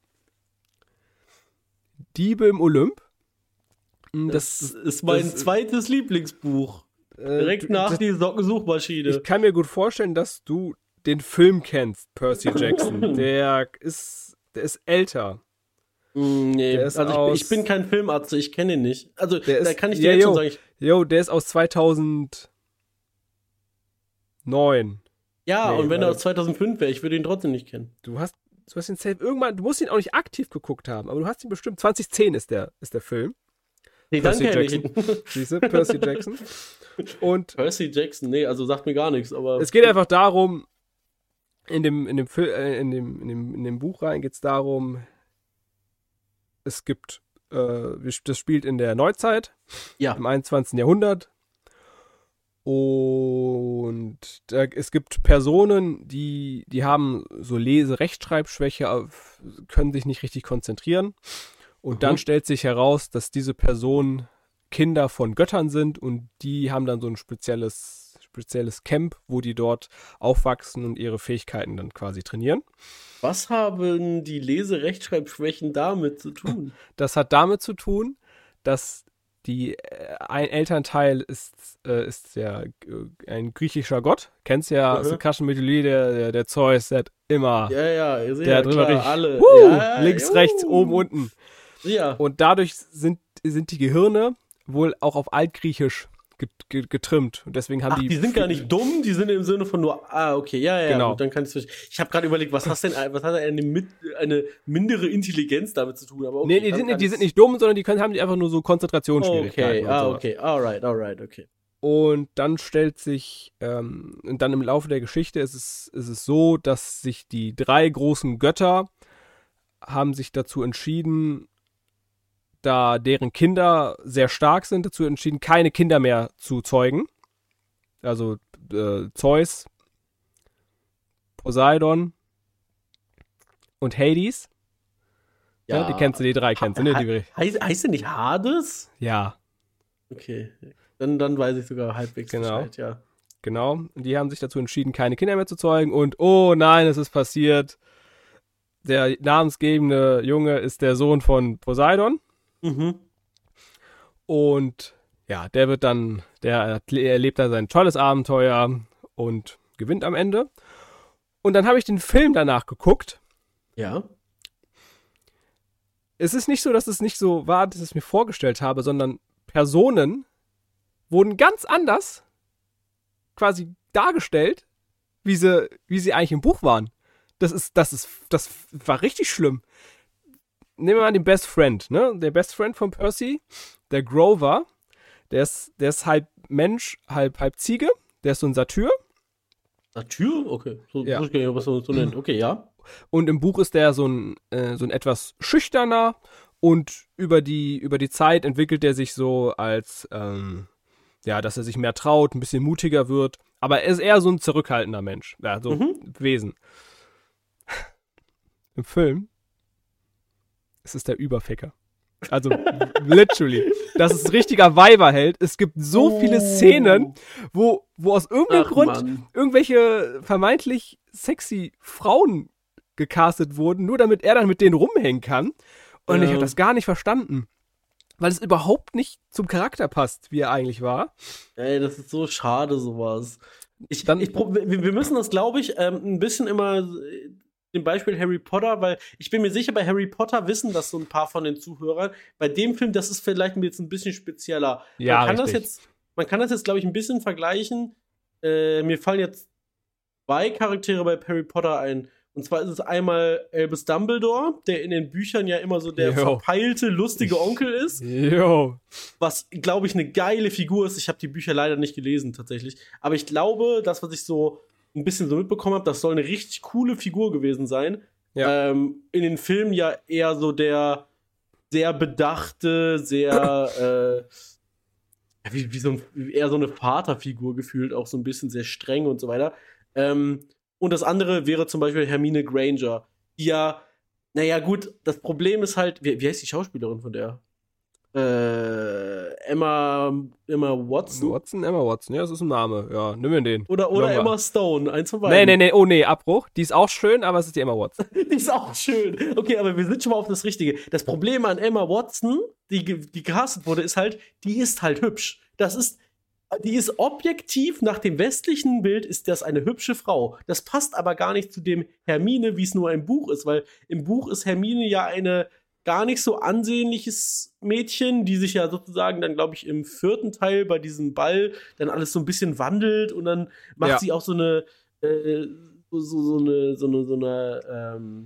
Diebe im Olymp. Das, Das, ist mein das- zweites Lieblingsbuch. äh, Direkt nach das, die Sockensuchmaschine. Ich kann mir gut vorstellen, dass du den Film kennst, Percy Jackson. Der ist, der ist älter. Mm, nee, Der ist also aus- ich, ich bin kein Filmarzt, ich kenne ihn nicht. Also Der da ist- kann ich dir ja, jetzt jo. schon sagen, ich, Jo, der ist aus zweitausendneun. ja, Nee, und wenn er weil- aus zweitausendfünf wäre, ich würde ihn trotzdem nicht kennen. Du hast, du hast ihn safe irgendwann, du musst ihn auch nicht aktiv geguckt haben, aber du hast ihn bestimmt, zwanzig zehn ist der, ist der Film. Nee, dann Percy kenne ich Jackson. ihn. Siehst du, Percy Jackson. Und Percy Jackson, nee, also sagt mir gar nichts, aber es geht einfach darum, in dem, in dem, Fil äh, in dem, in dem, in dem Buch rein geht es darum, es gibt, äh, das spielt in der Neuzeit, ja. im einundzwanzigsten Jahrhundert. Und da, es gibt Personen, die, die haben so Lese-Rechtschreibschwäche, auf- können sich nicht richtig konzentrieren. Und Mhm. dann stellt sich heraus, dass diese Personen Kinder von Göttern sind und die haben dann so ein spezielles, spezielles Camp, wo die dort aufwachsen und ihre Fähigkeiten dann quasi trainieren. Was haben die Lese-Rechtschreibschwächen damit zu tun? Das hat damit zu tun, dass die, äh, ein Elternteil ist, äh, ist der, äh, ein griechischer Gott. Kennst ja aus Mhm. der klassischen Mythologie, der, der, der Zeus, der hat immer, Ja, ja, ihr seht der ja, hat drüber klar, richtig, alle. Wuh, ja, links, juhu. rechts, oben, unten. Ja. Und dadurch sind, sind die Gehirne wohl auch auf Altgriechisch get- get- getrimmt. Und deswegen haben Ach, die. die sind gar nicht dumm, die sind im Sinne von nur, ah, okay, ja, ja, Genau. gut, dann kann ich es Ich habe gerade überlegt, was hast denn, was hat eine, mit, eine mindere Intelligenz damit zu tun? Aber okay, Nee, die, dann sind, kann die sind ich's- nicht dumm, sondern die können, haben die einfach nur so Konzentrationsschwierigkeiten. Okay, und ah, sowas. okay, alright, alright, okay. Und dann stellt sich, ähm, und dann im Laufe der Geschichte ist es, ist es so, dass sich die drei großen Götter haben sich dazu entschieden, da deren Kinder sehr stark sind, dazu entschieden, keine Kinder mehr zu zeugen. Also äh, Zeus, Poseidon und Hades. Ja, die kennst du, die drei kennst du, ne? Die, Heißt, heißt der nicht Hades? ja, Okay, dann, dann weiß ich sogar halbwegs Genau. Bescheid, ja. genau. Und die haben sich dazu entschieden, keine Kinder mehr zu zeugen. Und oh nein, es ist passiert. Der namensgebende Junge ist der Sohn von Poseidon. Mhm. Und ja, der wird dann, der erlebt da sein tolles Abenteuer und gewinnt am Ende. Und dann habe ich den Film danach geguckt. Ja. Es ist nicht so, dass es nicht so war, dass ich es mir vorgestellt habe, sondern Personen wurden ganz anders quasi dargestellt, wie sie, wie sie eigentlich im Buch waren. Das ist, das ist, das war richtig schlimm. Nehmen wir mal den Best Friend, ne? Der Best Friend von Percy, der Grover, der ist, der ist halb Mensch, halb, halb Ziege, der ist so ein Satyr. Natur? Okay. So, Ja. ja. Ich nicht, was man so nennt. Okay, ja. Und im Buch ist der so ein, äh, so ein etwas schüchterner und über die, über die Zeit entwickelt er sich so als, ähm, ja, dass er sich mehr traut, ein bisschen mutiger wird. Aber er ist eher so ein zurückhaltender Mensch, ja, so Mhm. Wesen. Im Film ist es der Überficker. Also, literally. Das ist ein richtiger Weiberheld. Es gibt so viele Szenen, wo, wo aus irgendeinem Ach, Grund Mann. irgendwelche vermeintlich sexy Frauen gecastet wurden, nur damit er dann mit denen rumhängen kann. Und Ja. ich habe das gar nicht verstanden. Weil es überhaupt nicht zum Charakter passt, wie er eigentlich war. Ey, das ist so schade, sowas. Ich, Dann- ich, prob- wir, wir müssen das, glaube ich, ähm, ein bisschen immer äh, dem Beispiel Harry Potter, weil ich bin mir sicher, bei Harry Potter wissen das so ein paar von den Zuhörern. Bei dem Film, das ist vielleicht jetzt ein bisschen spezieller. Ja, man kann das richtig. jetzt, man kann das jetzt, glaube ich, ein bisschen vergleichen. Äh, mir fallen jetzt zwei Charaktere bei Harry Potter ein. Und zwar ist es einmal Albus Dumbledore, der in den Büchern ja immer so der Jo. verpeilte, lustige Onkel ist. Jo. Was, glaube ich, eine geile Figur ist. Ich habe die Bücher leider nicht gelesen, tatsächlich. Aber ich glaube, das, was ich so ein bisschen so mitbekommen habe, das soll eine richtig coole Figur gewesen sein. Ja. Ähm, in den Filmen ja eher so der sehr bedachte, sehr, äh, ja, wie, wie so ein, eher so eine Vaterfigur gefühlt, auch so ein bisschen sehr streng und so weiter. Ähm, und das andere wäre zum Beispiel Hermine Granger, die ja, naja, gut, das Problem ist halt, wie, wie heißt die Schauspielerin von der? Äh, Emma, Emma Watson? Watson, Emma Watson, ja, das ist ein Name. Ja, nimm mir den. Oder, oder Nochmal. Emma Stone, eins von Nee, beiden. nee, nee, oh nee, Abbruch. Die ist auch schön, aber es ist die Emma Watson. Die ist auch schön. Okay, aber wir sind schon mal auf das Richtige. Das Problem an Emma Watson, die, ge- die gecastet wurde, ist halt, die ist halt hübsch. Das ist, die ist objektiv, nach dem westlichen Bild ist das eine hübsche Frau. Das passt aber gar nicht zu dem Hermine, wie es nur im Buch ist, weil im Buch ist Hermine ja eine gar nicht so ansehnliches Mädchen, die sich ja sozusagen dann, glaube ich, im vierten Teil bei diesem Ball dann alles so ein bisschen wandelt und dann macht Ja. sie auch so eine, äh, so, so, so eine, so eine, so eine, ähm,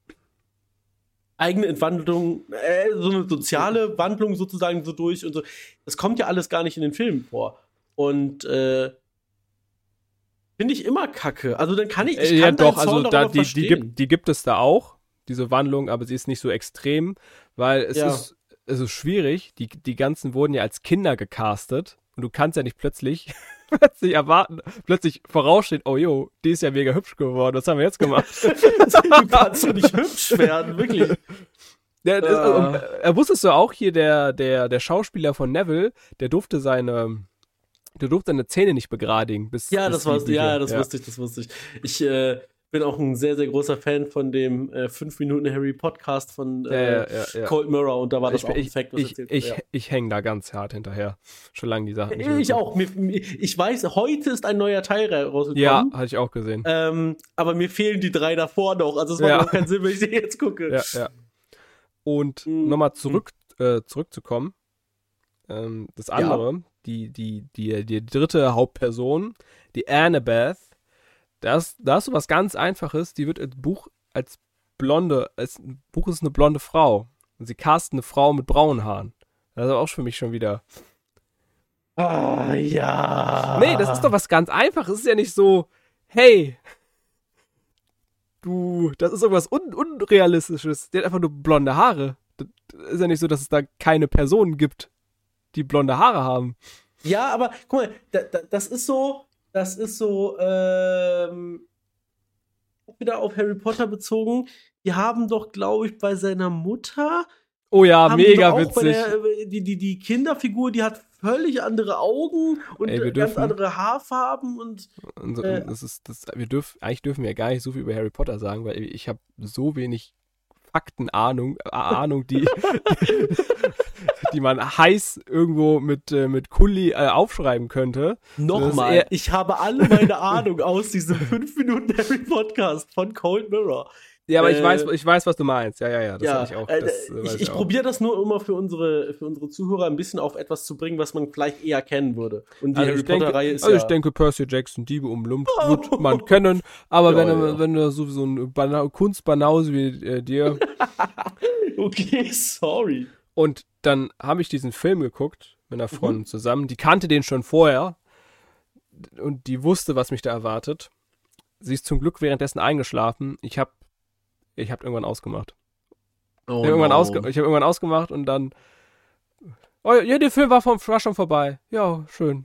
eigene Entwandlung, äh, so eine soziale Wandlung sozusagen so durch und so. Das kommt ja alles gar nicht in den Filmen vor. Und, äh, finde ich immer kacke. Also dann kann ich, ich Äh, ja, kann deinen doch, Zorn also da, darüber die, die, verstehen. gibt, die gibt es da auch, diese Wandlung, aber sie ist nicht so extrem, weil es Ja. ist, es ist schwierig. Die, die ganzen wurden ja als Kinder gecastet und du kannst ja nicht plötzlich plötzlich erwarten, plötzlich voraussteht, oh jo, die ist ja mega hübsch geworden, was haben wir jetzt gemacht? Du kannst doch nicht hübsch werden, wirklich. Der, das, uh. Er wusstest du auch hier, der, der, der Schauspieler von Neville, der durfte seine, der durfte seine Zähne nicht begradigen. Bis, ja, bis das war's, ja, das ja. wusste ich, das wusste ich. Ich äh, bin auch ein sehr, sehr großer Fan von dem äh, fünf Minuten Harry Podcast von äh, ja, ja, ja. Cold Mirror und da war das ich, auch ein Fact, was ich, erzählt Ich, ja. ich, ich hänge da ganz hart hinterher, schon lange die Sachen nicht Ich mehr auch. Mir, ich weiß, heute ist ein neuer Teil rausgekommen. Ja, hatte ich auch gesehen. Ähm, aber mir fehlen die drei davor noch, also es macht ja. auch keinen Sinn, wenn ich sie jetzt gucke. Ja, ja. Und mhm. nochmal zurück, äh, zurückzukommen, ähm, das andere, ja. die, die, die, die dritte Hauptperson, die Annabeth, das, da hast du was ganz Einfaches, die wird als Buch als blonde, als Buch ist eine blonde Frau und sie casten eine Frau mit braunen Haaren. Das ist auch für mich schon wieder... Ah, ja. Nee, das ist doch was ganz Einfaches, es ist ja nicht so, hey... Du, das ist irgendwas Un- Unrealistisches. Der hat einfach nur blonde Haare. Das ist ja nicht so, dass es da keine Personen gibt, die blonde Haare haben. Ja, aber guck mal, da, da, das ist so, das ist so, ähm, wieder auf Harry Potter bezogen. Die haben doch, glaube ich, bei seiner Mutter. Oh ja, mega witzig. Der, die, die, die Kinderfigur, die hat völlig andere Augen und Ey, ganz dürfen, andere Haarfarben und, und so, äh, das ist das wir dürfen eigentlich dürfen wir gar nicht so viel über Harry Potter sagen, weil ich habe so wenig Faktenahnung äh, Ahnung, die die man heiß irgendwo mit äh, mit Kulli äh, aufschreiben könnte. Nochmal, ich habe alle meine Ahnung aus diesem fünf Minuten Harry Podcast von Cold Mirror. Ja, aber äh, ich weiß, ich weiß, was du meinst. Ja, ja, ja, das ja, habe ich auch. Das, äh, ich ich probiere das nur immer für unsere, für unsere Zuhörer ein bisschen auf etwas zu bringen, was man vielleicht eher kennen würde. Und die also Harry Potter-Reihe ist also ja... Also ich denke, Percy Jackson, Diebe umlumpt, oh. wird man kennen. Aber ja, wenn, ja. wenn du so, so ein Bana- Kunstbanause wie äh, dir... okay, sorry. Und dann habe ich diesen Film geguckt mit einer Freundin mhm. zusammen. Die kannte den schon vorher. Und die wusste, was mich da erwartet. Sie ist zum Glück währenddessen eingeschlafen. Ich habe Ich habe irgendwann ausgemacht. Oh ich habe irgendwann, no. ausge- hab irgendwann ausgemacht und dann. Oh ja, der Film war, vom, war schon vorbei. Ja, schön.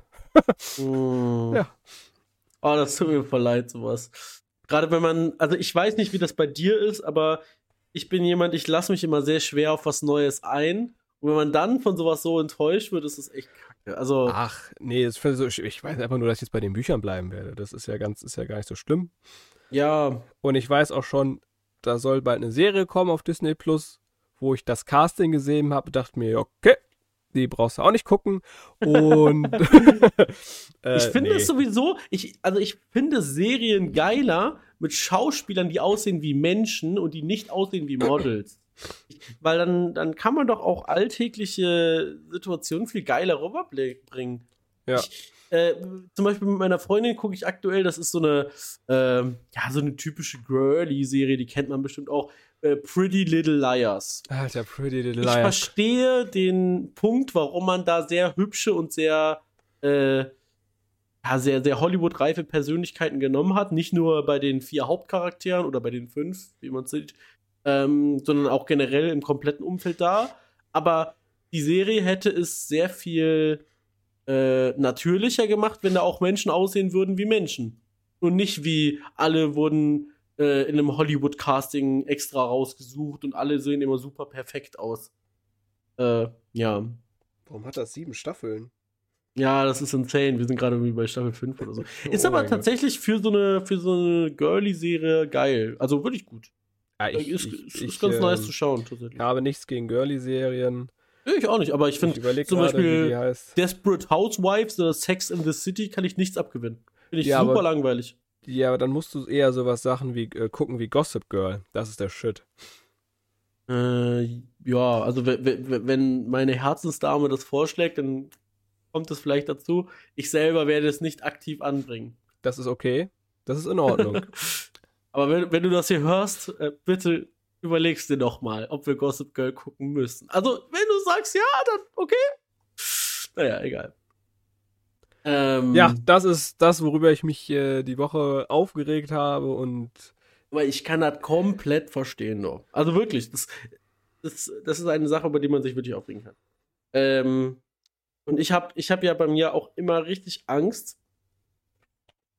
mm. Ja. Oh, das tut mir voll leid, sowas. Gerade wenn man, also ich weiß nicht, wie das bei dir ist, aber ich bin jemand, ich lasse mich immer sehr schwer auf was Neues ein. Und wenn man dann von sowas so enttäuscht wird, ist das echt kacke. Also. Ach, nee, das so, ich weiß einfach nur, dass ich jetzt bei den Büchern bleiben werde. Das ist ja ganz, ist ja gar nicht so schlimm. Ja. Und ich weiß auch schon, da soll bald eine Serie kommen auf Disney Plus, wo ich das Casting gesehen habe, dachte mir, okay, die brauchst du auch nicht gucken. Und äh, ich finde es nee. sowieso, ich, also ich finde Serien geiler mit Schauspielern, die aussehen wie Menschen und die nicht aussehen wie Models. Ich, weil dann, dann kann man doch auch alltägliche Situationen viel geiler rüberbringen. Ja. Ich, Äh, zum Beispiel mit meiner Freundin gucke ich aktuell, das ist so eine, äh, ja, so eine typische Girly-Serie, die kennt man bestimmt auch, äh, Pretty Little Liars. Alter, Pretty Little Liars. Ich verstehe den Punkt, warum man da sehr hübsche und sehr, äh, ja, sehr, sehr Hollywood-reife Persönlichkeiten genommen hat. Nicht nur bei den vier Hauptcharakteren oder bei den fünf, wie man sieht, ähm, sondern auch generell im kompletten Umfeld da. Aber die Serie hätte es sehr viel Äh, natürlicher gemacht, wenn da auch Menschen aussehen würden wie Menschen. Und nicht wie alle wurden äh, in einem Hollywood-Casting extra rausgesucht und alle sehen immer super perfekt aus. Äh, ja. Warum hat das sieben Staffeln? Ja, das ist insane. Wir sind gerade irgendwie bei Staffel fünf oder so. Oh ist aber tatsächlich für so eine, für so eine Girly-Serie geil. Also wirklich gut. Ja, ich, ist, ich, ist, ich, ist ganz ähm, nice zu schauen, tatsächlich. Ich habe nichts gegen Girly-Serien. Ich auch nicht, aber ich finde zum gerade, Beispiel Desperate Housewives oder Sex in the City kann ich nichts abgewinnen. Finde ich ja, super aber, langweilig. Ja, aber dann musst du eher sowas Sachen wie äh, gucken wie Gossip Girl. Das ist der Shit. Äh, ja, also w- w- wenn meine Herzensdame das vorschlägt, dann kommt es vielleicht dazu. Ich selber werde es nicht aktiv anbringen. Das ist okay. Das ist in Ordnung. Aber wenn, wenn du das hier hörst, äh, bitte überlegst dir doch mal, ob wir Gossip Girl gucken müssen. Also, wenn du sagst, ja, dann okay. Naja, egal. Ähm, ja, das ist das, worüber ich mich äh, die Woche aufgeregt habe und aber ich kann das komplett verstehen noch. Also wirklich, das, das, das ist eine Sache, über die man sich wirklich aufregen kann. Ähm, und ich habe ich hab ja bei mir auch immer richtig Angst,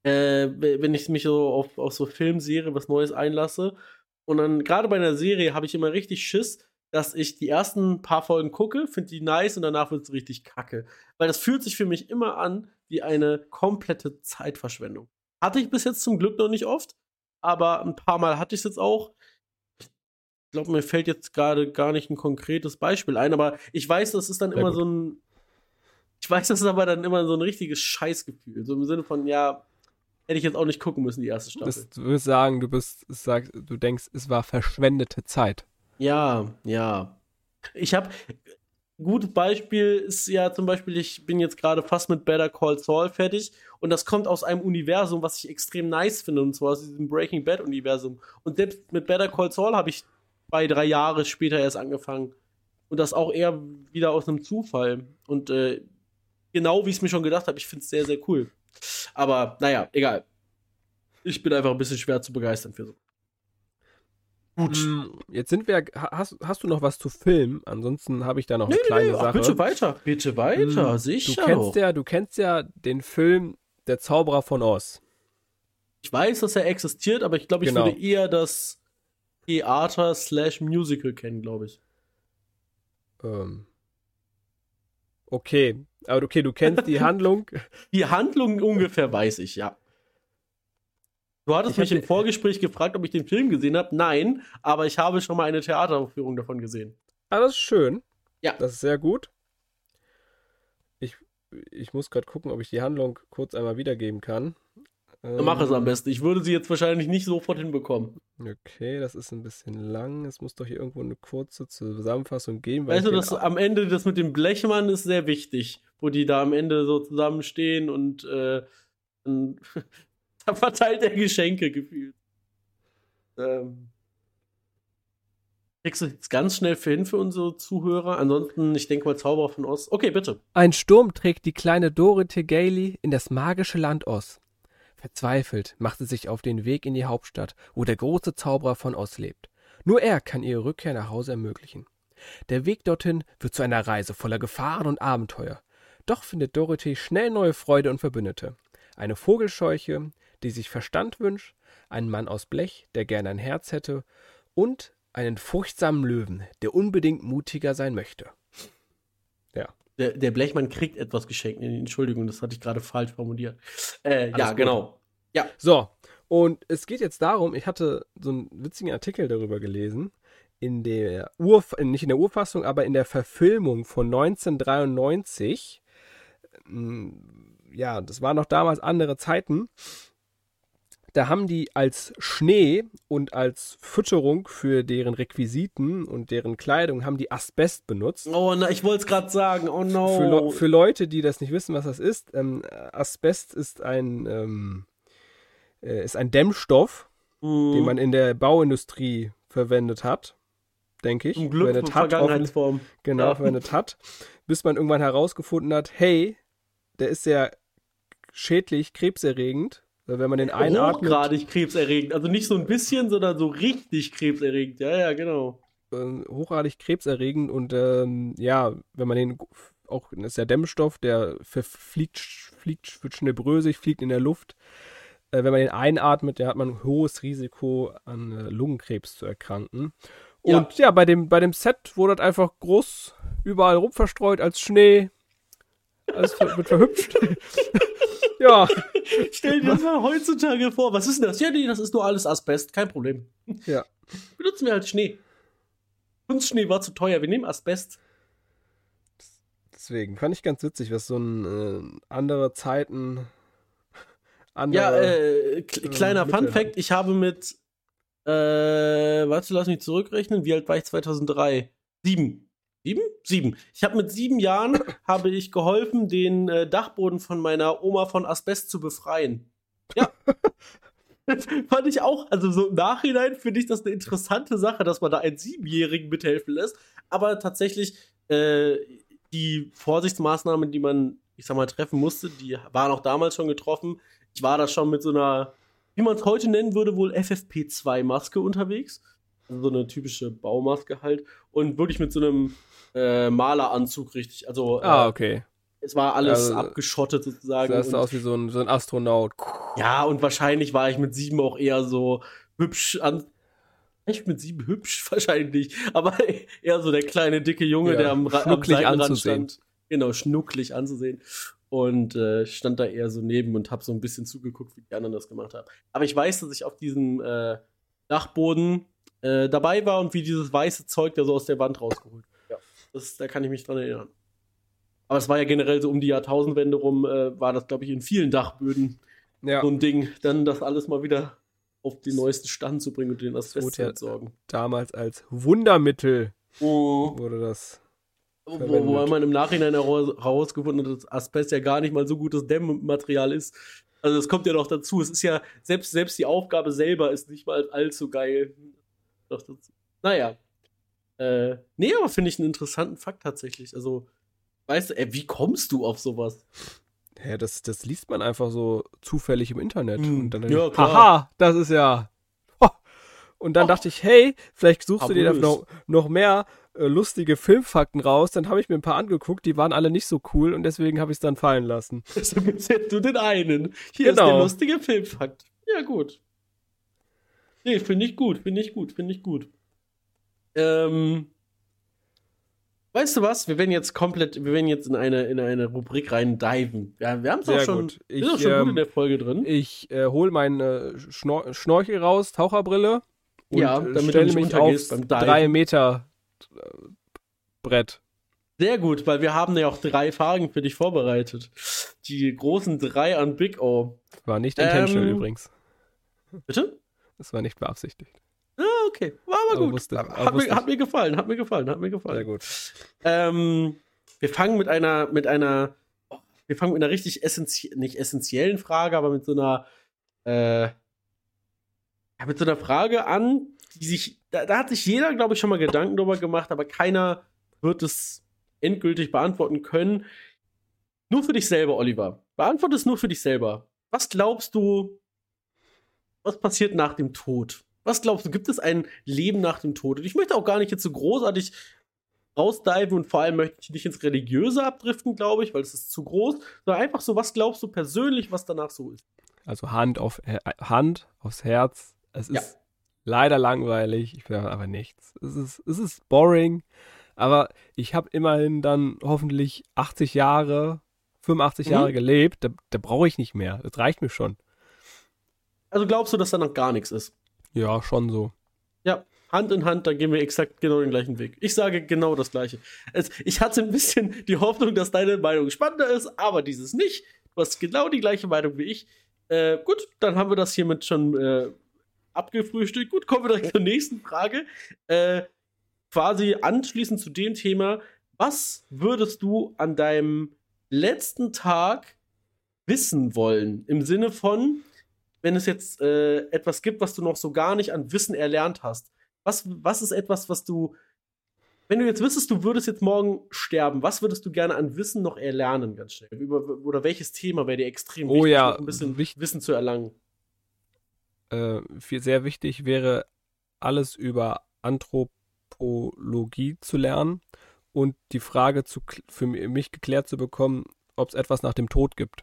äh, wenn ich mich so auf, auf so Filmserie was Neues einlasse. Und dann, gerade bei einer Serie, habe ich immer richtig Schiss, dass ich die ersten paar Folgen gucke, finde die nice und danach wird es richtig kacke. Weil das fühlt sich für mich immer an wie eine komplette Zeitverschwendung. Hatte ich bis jetzt zum Glück noch nicht oft, aber ein paar Mal hatte ich es jetzt auch. Ich glaube, mir fällt jetzt gerade gar nicht ein konkretes Beispiel ein, aber ich weiß, das ist dann Sehr immer gut. so ein. Ich weiß, das ist aber dann immer so ein richtiges Scheißgefühl. So im Sinne von, ja, hätte ich jetzt auch nicht gucken müssen, die erste Staffel. Das, du würdest sagen, du bist, sag, du denkst, es war verschwendete Zeit. Ja, ja. Ich habe. Gutes Beispiel ist ja zum Beispiel, ich bin jetzt gerade fast mit Better Call Saul fertig und das kommt aus einem Universum, was ich extrem nice finde, und zwar aus diesem Breaking Bad Universum. Und selbst mit Better Call Saul habe ich zwei, drei Jahre später erst angefangen. Und das auch eher wieder aus einem Zufall. Und äh, genau wie ich es mir schon gedacht habe, ich finde es sehr, sehr cool. Aber naja, egal. Ich bin einfach ein bisschen schwer zu begeistern für so. Gut. Jetzt sind wir, hast, hast du noch was zu Filmen? Ansonsten habe ich da noch eine nee, kleine nee, Sache. Ach, bitte weiter, bitte weiter, mm, sicher. Du kennst, ja, du kennst ja den Film Der Zauberer von Oz. Ich weiß, dass er existiert, aber ich glaube, ich genau. würde eher das Theater slash Musical kennen, glaube ich. Ähm. Okay, aber okay, du kennst die Handlung. Die Handlung ungefähr weiß ich, ja. Du hattest mich im Vorgespräch gefragt, ob ich den Film gesehen habe. Nein, aber ich habe schon mal eine Theateraufführung davon gesehen. Ah, das ist schön. Ja. Das ist sehr gut. Ich, ich muss gerade gucken, ob ich die Handlung kurz einmal wiedergeben kann. Ähm, Mach es am besten. Ich würde sie jetzt wahrscheinlich nicht sofort hinbekommen. Okay, das ist ein bisschen lang. Es muss doch hier irgendwo eine kurze Zusammenfassung geben. Weißt du, das am Ende, das mit dem Blechmann ist sehr wichtig, wo die da am Ende so zusammenstehen und äh, da verteilt er Geschenke gefühlt. Ähm. Kriegst du jetzt ganz schnell für hin für unsere Zuhörer? Ansonsten, ich denke mal, Zauberer von Oz. Okay, bitte. Ein Sturm trägt die kleine Dorothy Gailey in das magische Land Oz. Verzweifelt macht sie sich auf den Weg in die Hauptstadt, wo der große Zauberer von Oz lebt. Nur er kann ihre Rückkehr nach Hause ermöglichen. Der Weg dorthin wird zu einer Reise voller Gefahren und Abenteuer. Doch findet Dorothy schnell neue Freude und Verbündete. Eine Vogelscheuche, die sich Verstand wünscht, einen Mann aus Blech, der gerne ein Herz hätte, und einen furchtsamen Löwen, der unbedingt mutiger sein möchte. Ja. Der, der Blechmann kriegt etwas geschenkt. Entschuldigung, das hatte ich gerade falsch formuliert. Äh, ja, gut. Genau. Ja. So, und es geht jetzt darum, ich hatte so einen witzigen Artikel darüber gelesen, in der Ur, nicht in der Urfassung, aber in der Verfilmung von neunzehnhundertdreiundneunzig. Ja, das waren noch damals andere Zeiten. Da haben die als Schnee und als Fütterung für deren Requisiten und deren Kleidung haben die Asbest benutzt. Oh, na, ich wollte es gerade sagen. Oh no. Für, Le- für Leute, die das nicht wissen, was das ist, ähm, Asbest ist ein, ähm, äh, ist ein Dämmstoff, mm. den man in der Bauindustrie verwendet hat, denke ich. Zum Glück verwendet hat, Vergangenheitsform. Genau, ja. verwendet hat, bis man irgendwann herausgefunden hat, hey, der ist sehr schädlich, krebserregend. Wenn man den einatmet. Hochgradig krebserregend. Also nicht so ein bisschen, sondern so richtig krebserregend. Ja, ja, genau. Äh, hochgradig krebserregend und ähm, ja, wenn man den auch, das ist ja Dämmstoff, der fliegt, fliegt, wird schnell brösig, fliegt in der Luft. Äh, wenn man den einatmet, der hat man ein hohes Risiko, an äh, Lungenkrebs zu erkranken. Und ja, ja bei, dem, bei dem Set wurde das einfach groß überall rum verstreut als Schnee. Alles wird verhübscht. Ja. Stell dir das mal heutzutage vor. Was ist denn das? Ja, nee, das ist nur alles Asbest. Kein Problem. Ja. Benutzen wir halt Schnee. Kunstschnee war zu teuer. Wir nehmen Asbest. Deswegen fand ich ganz witzig, was so ein äh, andere Zeiten. Andere, ja, äh, k- kleiner äh, Fun-Fact. Ich habe mit. Äh, warte, lass mich zurückrechnen. Wie alt war ich zweitausenddrei? Sieben. Sieben? Sieben. Ich habe mit sieben Jahren habe ich geholfen, den äh, Dachboden von meiner Oma von Asbest zu befreien. Ja. Fand ich auch, also so im Nachhinein finde ich das eine interessante Sache, dass man da einen Siebenjährigen mithelfen lässt. Aber tatsächlich, äh, die Vorsichtsmaßnahmen, die man, ich sag mal, treffen musste, die waren auch damals schon getroffen. Ich war da schon mit so einer, wie man es heute nennen würde, wohl F F P zwei Maske unterwegs. Also so eine typische Baumaske halt. Und wirklich mit so einem äh, Maleranzug richtig. Also, ah, äh, okay. es war alles Also, abgeschottet sozusagen. Sahst du Und, aus wie so ein, so ein Astronaut. ja, und wahrscheinlich war ich mit sieben auch eher so hübsch an. Ich mit sieben hübsch wahrscheinlich, aber eher so der kleine, dicke Junge, Ja, der am, Ra- am schnucklig Seitenrand anzusehen. stand. Genau, schnucklig anzusehen. Und äh, stand da eher so neben und hab so ein bisschen zugeguckt, wie die anderen das gemacht haben. Aber ich weiß, dass ich auf diesem äh, Dachboden äh, dabei war und wie dieses weiße Zeug da so aus der Wand rausgeholt wird. Ja, das, da kann ich mich dran erinnern. Aber es war ja generell so um die Jahrtausendwende rum, äh, war das, glaube ich, in vielen Dachböden Ja, so ein Ding, dann das alles mal wieder auf den neuesten Stand zu bringen und den Asbest zu ja- entsorgen. damals als Wundermittel Oh. wurde das. Wo, verwendet. wobei man im Nachhinein heraus- herausgefunden hat, dass Asbest ja gar nicht mal so gutes Dämmmaterial ist. Also das kommt ja noch dazu. Es ist ja, selbst, selbst die Aufgabe selber ist nicht mal allzu geil. Noch dazu. Naja. Äh, nee, aber finde ich einen interessanten Fakt tatsächlich. Also, weißt du, ey, wie kommst du auf sowas? Ja, das, das liest man einfach so zufällig im Internet. Hm, Und dann ja, denke ich, klar. haha, das ist ja. Ho. Und dann Oh. dachte ich, hey, vielleicht suchst du dir da Fabulös. noch, noch mehr äh, lustige Filmfakten raus. Dann habe ich mir ein paar angeguckt, die waren alle nicht so cool und deswegen habe ich es dann fallen lassen. So gibt's jetzt nur den einen. Hier ist Genau. der lustige Filmfakt. Ja, gut. Nee, finde ich gut, finde ich gut, finde ich gut. Ähm, weißt du was? Wir werden jetzt komplett, wir werden jetzt in eine, in eine Rubrik rein diven. Ja, wir haben es auch Sehr schon, gut. wir sind auch Ich, schon gut ähm, in der Folge drin. Ich äh, hole meinen äh, Schnor Schnorchel raus, Taucherbrille und Ja, äh, damit du stelle nicht mich untergehst aufs beim Diven. drei Meter äh, Brett. Sehr gut, weil wir haben ja auch drei Fragen für dich vorbereitet. Die großen drei an Big O. War nicht intentional Ähm, übrigens. Bitte? Das war nicht beabsichtigt. Ah, okay. War aber, Aber gut. wusste- hat, aber wusste mir, ich. hat mir gefallen, hat mir gefallen, hat mir gefallen. Sehr gut. Ähm, wir fangen mit einer, mit einer, oh, wir fangen mit einer richtig essentie nicht essentiellen Frage, aber mit so einer, äh, ja, mit so einer Frage an, die sich, da, da hat sich jeder, glaube ich, schon mal Gedanken drüber gemacht, aber keiner wird es endgültig beantworten können. Nur für dich selber, Oliver. Beantworte es nur für dich selber. Was glaubst du, was passiert nach dem Tod? Was glaubst du, gibt es ein Leben nach dem Tod? Und ich möchte auch gar nicht jetzt so großartig rausdiven und vor allem möchte ich nicht ins Religiöse abdriften, glaube ich, weil es ist zu groß, sondern einfach so, was glaubst du persönlich, was danach so ist? Also Hand auf Her- Hand aufs Herz. Es Ja. ist leider langweilig. Ich will aber nichts. Es ist, es ist boring. Aber ich habe immerhin dann hoffentlich achtzig Jahre, fünfundachtzig Mhm. Jahre gelebt. Da, da brauche ich nicht mehr. Das reicht mir schon. Also glaubst du, dass da noch gar nichts ist? Ja, schon so. Ja, Hand in Hand, da gehen wir exakt genau den gleichen Weg. Ich sage genau das Gleiche. Es, ich hatte ein bisschen die Hoffnung, dass deine Meinung spannender ist, aber dieses nicht. Du hast genau die gleiche Meinung wie ich. Äh, gut, dann haben wir das hiermit schon äh, abgefrühstückt. Gut, kommen wir direkt zur nächsten Frage. Äh, quasi anschließend zu dem Thema, was würdest du an deinem letzten Tag wissen wollen? Im Sinne von, wenn es jetzt äh, etwas gibt, was du noch so gar nicht an Wissen erlernt hast. Was, was ist etwas, was du, wenn du jetzt wüsstest, du würdest jetzt morgen sterben, was würdest du gerne an Wissen noch erlernen, ganz schnell? Über, oder welches Thema wäre dir extrem Oh wichtig, ja, noch ein bisschen wichtig. Wissen zu erlangen? Äh, viel, sehr wichtig wäre, alles über Anthropologie zu lernen und die Frage zu, kl- für mich geklärt zu bekommen, ob es etwas nach dem Tod gibt.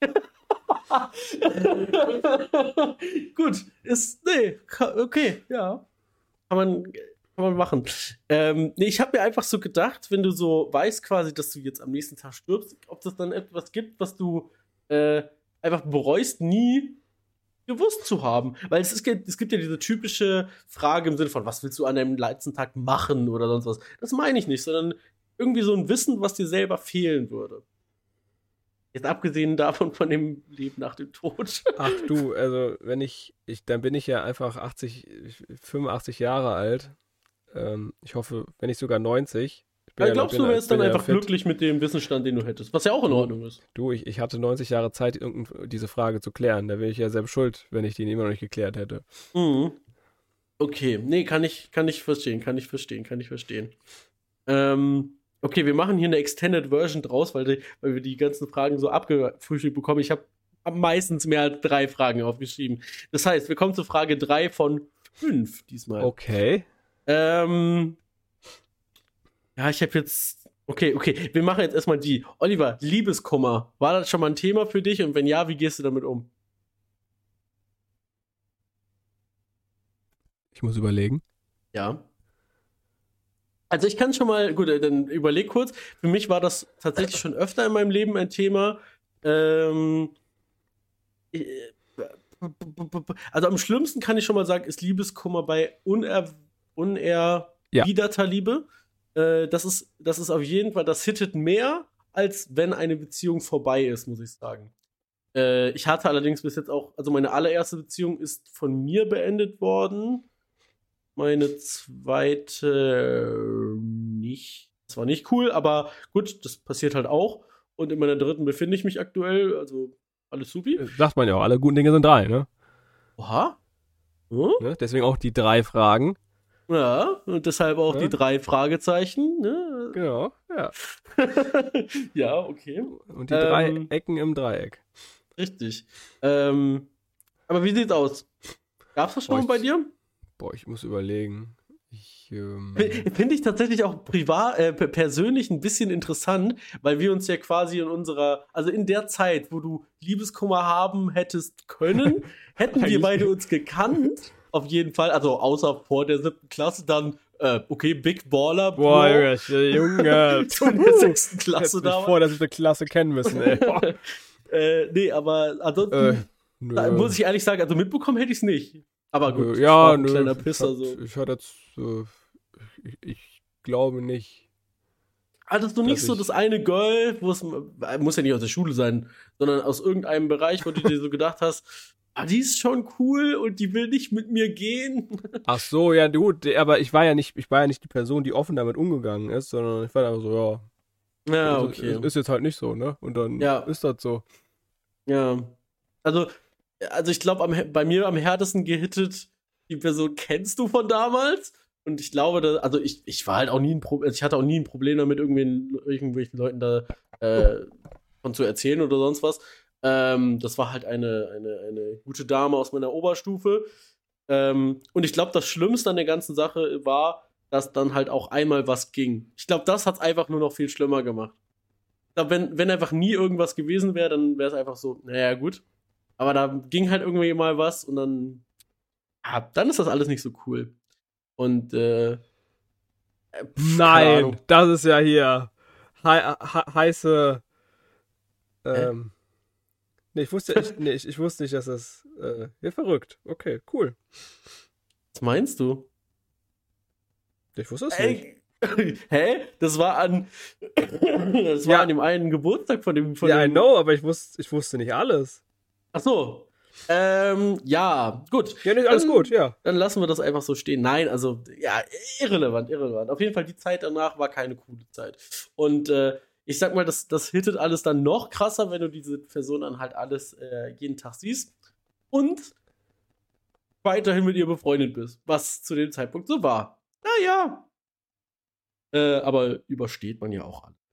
Gut, ist, nee, ka- okay, ja. Kann man, kann man machen. Ähm, nee, ich habe mir einfach so gedacht, wenn du so weißt quasi, dass du jetzt am nächsten Tag stirbst, ob das dann etwas gibt, was du äh, einfach bereust, nie gewusst zu haben. Weil es, ist, es gibt ja diese typische Frage im Sinne von, was willst du an deinem letzten Tag machen oder sonst was. Das meine ich nicht, sondern irgendwie so ein Wissen, was dir selber fehlen würde. Jetzt abgesehen davon von dem Leben nach dem Tod. Ach du, also wenn ich, ich dann bin ich ja einfach achtzig, fünfundachtzig Jahre alt. Ähm, ich hoffe, wenn nicht sogar neunzig. Ich bin Ja, ja- glaubst bin du, ja- wärst bin dann ja einfach fit. glücklich mit dem Wissensstand, den du hättest? Was ja auch in Ordnung ist. Du, ich, ich hatte neunzig Jahre Zeit, irgend- diese Frage zu klären. Da wäre ich ja selbst schuld, wenn ich die immer noch nicht geklärt hätte. Mhm. Okay, nee, kann ich, kann ich verstehen, kann ich verstehen, kann ich verstehen. Ähm, okay, wir machen hier eine Extended Version draus, weil, die, weil wir die ganzen Fragen so abgefrühstückt bekommen. Ich habe hab meistens mehr als drei Fragen aufgeschrieben. Das heißt, wir kommen zu Frage drei von fünf diesmal. Okay. Ähm, ja, ich habe jetzt. Okay, okay, wir machen jetzt erstmal die. Oliver, Liebeskummer, war das schon mal ein Thema für dich? Und wenn ja, wie gehst du damit um? Ich muss überlegen. Ja. Also ich kann schon mal, gut, dann überleg kurz. Für mich war das tatsächlich schon öfter in meinem Leben ein Thema. Ähm, also am schlimmsten kann ich schon mal sagen, ist Liebeskummer bei uner, unerwiderter ja. Liebe. Äh, das ist, das ist auf jeden Fall, das hittet mehr, als wenn eine Beziehung vorbei ist, muss ich sagen. Äh, ich hatte allerdings bis jetzt auch, also meine allererste Beziehung ist von mir beendet worden. Meine zweite nicht. Das war nicht cool, aber gut, das passiert halt auch. Und in meiner dritten befinde ich mich aktuell, also alles supi. Sagt man ja auch, alle guten Dinge sind drei, ne? Oha. Hm? Ne? Deswegen auch die drei Fragen. Ja, und deshalb auch ja. die drei Fragezeichen. Ne? Genau, ja. Ja, okay. Und die ähm, drei Ecken im Dreieck. Richtig. Ähm, aber wie sieht's aus? Gab's das schon mal bei dir? Boah, ich muss überlegen. Ich, ähm Finde ich tatsächlich auch privat, äh, persönlich ein bisschen interessant, weil wir uns ja quasi in unserer, also in der Zeit, wo du Liebeskummer haben hättest können, hätten wir beide uns gekannt. Auf jeden Fall, also außer vor der siebten Klasse, dann, äh, okay, Big Baller. Bro. Boah, Junge. Zu der sechsten Klasse damals. Vor der siebten Klasse kennen müssen, ey. äh, nee, aber ansonsten, äh, da muss ich ehrlich sagen, also mitbekommen hätte ich es nicht. Aber gut, äh, ja, ein nö, kleiner Pisser ich so. Hat, ich hatte jetzt, äh, ich, ich glaube nicht. Hattest du nicht so das eine Girl, wo es, muss ja nicht aus der Schule sein, sondern aus irgendeinem Bereich, wo du dir so gedacht hast, ah, die ist schon cool und die will nicht mit mir gehen. Ach so, ja gut, aber ich war ja nicht, ich war ja nicht die Person, die offen damit umgegangen ist, sondern ich war einfach so, ja. Ja, okay. Ist, ist jetzt halt nicht so, ne? Und dann ja. ist das so. Ja. Also, also ich glaube, bei mir am härtesten gehittet, die Person kennst du von damals. Und ich glaube, da, also ich, ich war halt auch nie ein Problem, ich hatte auch nie ein Problem damit, irgendwen, irgendwelchen Leuten da äh, von zu erzählen oder sonst was. Ähm, das war halt eine, eine, eine gute Dame aus meiner Oberstufe. Ähm, und ich glaube, das Schlimmste an der ganzen Sache war, dass dann halt auch einmal was ging. Ich glaube, das hat es einfach nur noch viel schlimmer gemacht. Ich glaube, wenn, wenn einfach nie irgendwas gewesen wäre, dann wäre es einfach so, naja, gut. Aber da ging halt irgendwie mal was und dann, ja, dann ist das alles nicht so cool. Und, äh, nein, das ist ja hier he he heiße, ähm, äh? nee, ich wusste, ich, nee, ich, ich wusste nicht, dass das, äh, ja, verrückt. Okay, cool. Was meinst du? Ich wusste es nicht. Hä? Das war an, das war ja. an dem einen Geburtstag von dem, von ja, dem... I know, aber ich wusste, ich wusste nicht alles. Ach so. Ähm, ja, gut. Ja, nicht alles dann, gut, ja. Dann lassen wir das einfach so stehen. Nein, also, ja, irrelevant, irrelevant. Auf jeden Fall, die Zeit danach war keine coole Zeit. Und, äh, ich sag mal, das, das hittet alles dann noch krasser, wenn du diese Person dann halt alles äh, jeden Tag siehst und weiterhin mit ihr befreundet bist, was zu dem Zeitpunkt so war. Naja. Äh, aber übersteht man ja auch an.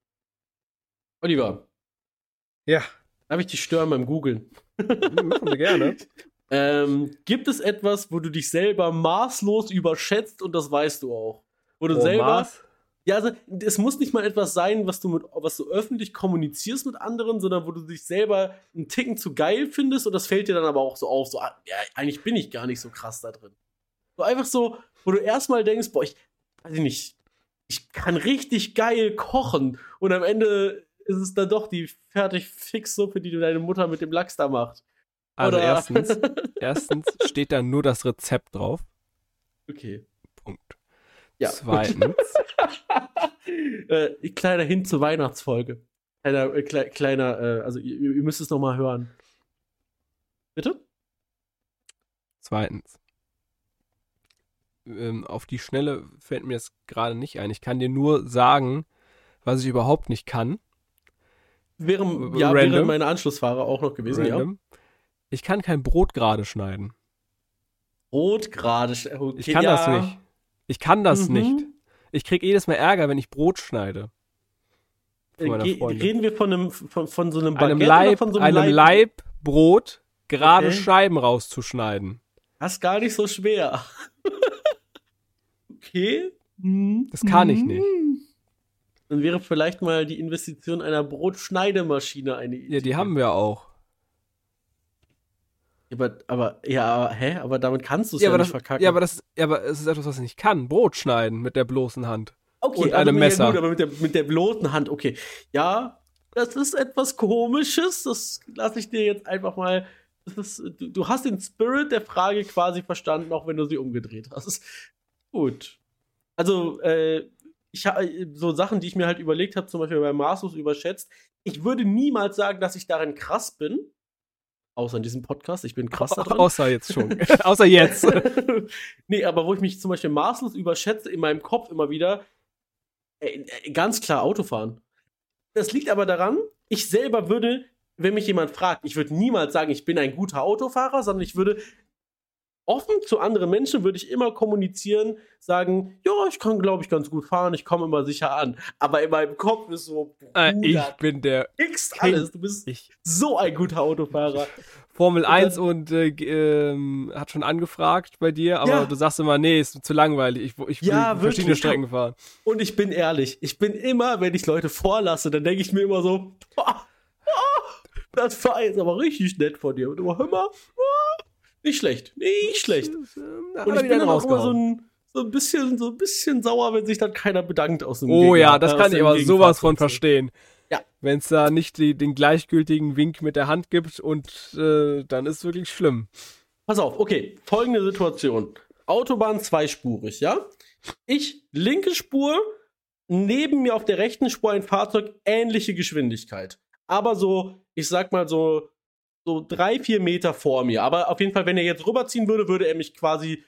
Oliver. Ja. Darf ich dich stören beim Googlen? Machen wir gerne. ähm, gibt es etwas, wo du dich selber maßlos überschätzt und das weißt du auch? Wo du oh, selber... Maß? Ja, also es muss nicht mal etwas sein, was du, mit, was du öffentlich kommunizierst mit anderen, sondern wo du dich selber einen Ticken zu geil findest und das fällt dir dann aber auch so auf, so, ja, eigentlich bin ich gar nicht so krass da drin. So einfach so, wo du erstmal denkst, boah, ich weiß ich nicht, ich kann richtig geil kochen und am Ende ist es dann doch die fertig Fixsuppe, die deine Mutter mit dem Lachs da macht. Also Oder? erstens, erstens steht da nur das Rezept drauf. Okay. Punkt. Ja. Zweitens. äh, kleiner Hin zur Weihnachtsfolge. Kleiner, äh, kle kleiner, äh, also ihr, ihr müsst es nochmal hören. Bitte? Zweitens. Ähm, auf die Schnelle fällt mir das gerade nicht ein. Ich kann dir nur sagen, was ich überhaupt nicht kann. Wäre, ja, wäre meine Anschlussfahrer auch noch gewesen, Random. ja. Ich kann kein Brot gerade schneiden. Brot gerade schneiden? Okay, ich kann ja. das nicht. Ich kann das mhm. nicht. Ich krieg jedes Mal Ärger, wenn ich Brot schneide. Äh, reden wir von einem von, von so einem Baguette einem Leib, oder von so einem, einem Leib? Leib Brot gerade okay. Scheiben rauszuschneiden. Das ist gar nicht so schwer. Okay. Das kann ich nicht. dann wäre vielleicht mal die Investition einer Brotschneidemaschine eine Idee. Ja, die haben wir auch. Aber, aber, ja, hä? Aber damit kannst du es Ja, ja, aber nicht das, verkacken. ja, aber das, ja, aber es ist etwas, was ich nicht kann. Brot schneiden mit der bloßen Hand. Okay, und also, einem Messer. Ja gut, aber mit der, mit der bloßen Hand, okay. Ja, das ist etwas Komisches. Das lasse ich dir jetzt einfach mal. Das ist, du, du hast den Spirit der Frage quasi verstanden, auch wenn du sie umgedreht hast. Gut. Also, äh, ich habe so Sachen, die ich mir halt überlegt habe, zum Beispiel bei Maßlos überschätzt. Ich würde niemals sagen, dass ich darin krass bin. Außer in diesem Podcast. Ich bin krass da dran. Außer jetzt schon. Außer jetzt. Nee, aber wo ich mich zum Beispiel maßlos überschätze, in meinem Kopf immer wieder, äh, ganz klar Autofahren. Das liegt aber daran, ich selber würde, wenn mich jemand fragt, ich würde niemals sagen, ich bin ein guter Autofahrer, sondern ich würde offen zu anderen Menschen, würde ich immer kommunizieren, sagen, ja, ich kann, glaube ich, ganz gut fahren, ich komme immer sicher an. Aber in meinem Kopf ist so, äh, ich Bruder, bin der nix alles, du bist ich. so ein guter Autofahrer. Formel Und dann- eins und äh, g- ähm, hat schon angefragt bei dir, aber Ja. du sagst immer, nee, ist zu langweilig. Ich, ich will Ja, verschiedene wirklich. Strecken fahren. Und ich bin ehrlich, ich bin immer, wenn ich Leute vorlasse, dann denke ich mir immer so, boah, boah, das war jetzt aber richtig nett von dir. Und immer, hör mal, boah, nicht schlecht, nicht schlecht. Da Und hat er ich wieder bin dann auch immer so rausgehauen. ein, so ein bisschen, so ein bisschen sauer, wenn sich dann keiner bedankt aus dem Oh Gegner- ja, das äh, kann aus ich dem aber sowas von Gegenfahrzeug. verstehen. Ja. Wenn es da nicht die, den gleichgültigen Wink mit der Hand gibt und äh, dann ist es wirklich schlimm. Pass auf, okay, folgende Situation. Autobahn zweispurig, ja? Ich, linke Spur, neben mir auf der rechten Spur ein Fahrzeug, ähnliche Geschwindigkeit. Aber so, ich sag mal so, so drei, vier Meter vor mir. Aber auf jeden Fall, wenn er jetzt rüberziehen würde, würde er mich quasi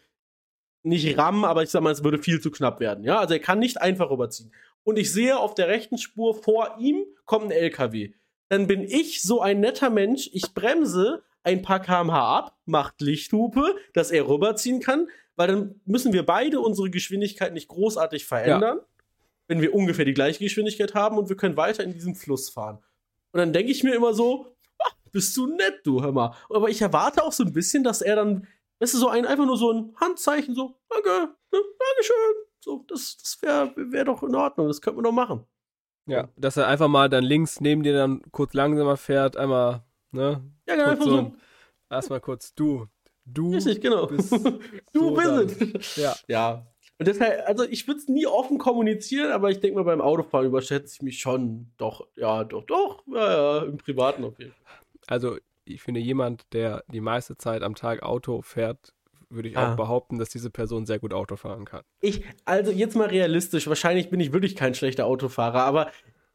nicht rammen, aber ich sag mal, es würde viel zu knapp werden. Ja, also er kann nicht einfach rüberziehen. Und ich sehe auf der rechten Spur vor ihm kommt ein L K W. Dann bin ich so ein netter Mensch, ich bremse ein paar Kilometer pro Stunde ab, macht Lichthupe, dass er rüberziehen kann, weil dann müssen wir beide unsere Geschwindigkeit nicht großartig verändern, wenn wir ungefähr die gleiche Geschwindigkeit haben und wir können weiter in diesem Fluss fahren. Und dann denke ich mir immer so, ah, bist du nett, du, hör mal. Aber ich erwarte auch so ein bisschen, dass er dann, weißt du, so ein, einfach nur so ein Handzeichen, so, danke, ne, Dankeschön. So, das, das wäre wär doch in Ordnung, das könnte man doch machen. Ja, dass er einfach mal dann links neben dir dann kurz langsamer fährt, einmal, ne? Ja, genau, kurz einfach so so. ein, erstmal kurz du. Du. Richtig, genau. bist du so bist dann. es. Ja. Ja. Und deshalb, also ich würde es nie offen kommunizieren, aber ich denke mal, beim Autofahren überschätze ich mich schon. Doch, ja, doch, doch. Ja, ja, im Privaten auf jeden Fall. Also, ich finde, jemand, der die meiste Zeit am Tag Auto fährt, würde ich Ah. auch behaupten, dass diese Person sehr gut Auto fahren kann. Ich, also jetzt mal realistisch, wahrscheinlich bin ich wirklich kein schlechter Autofahrer, aber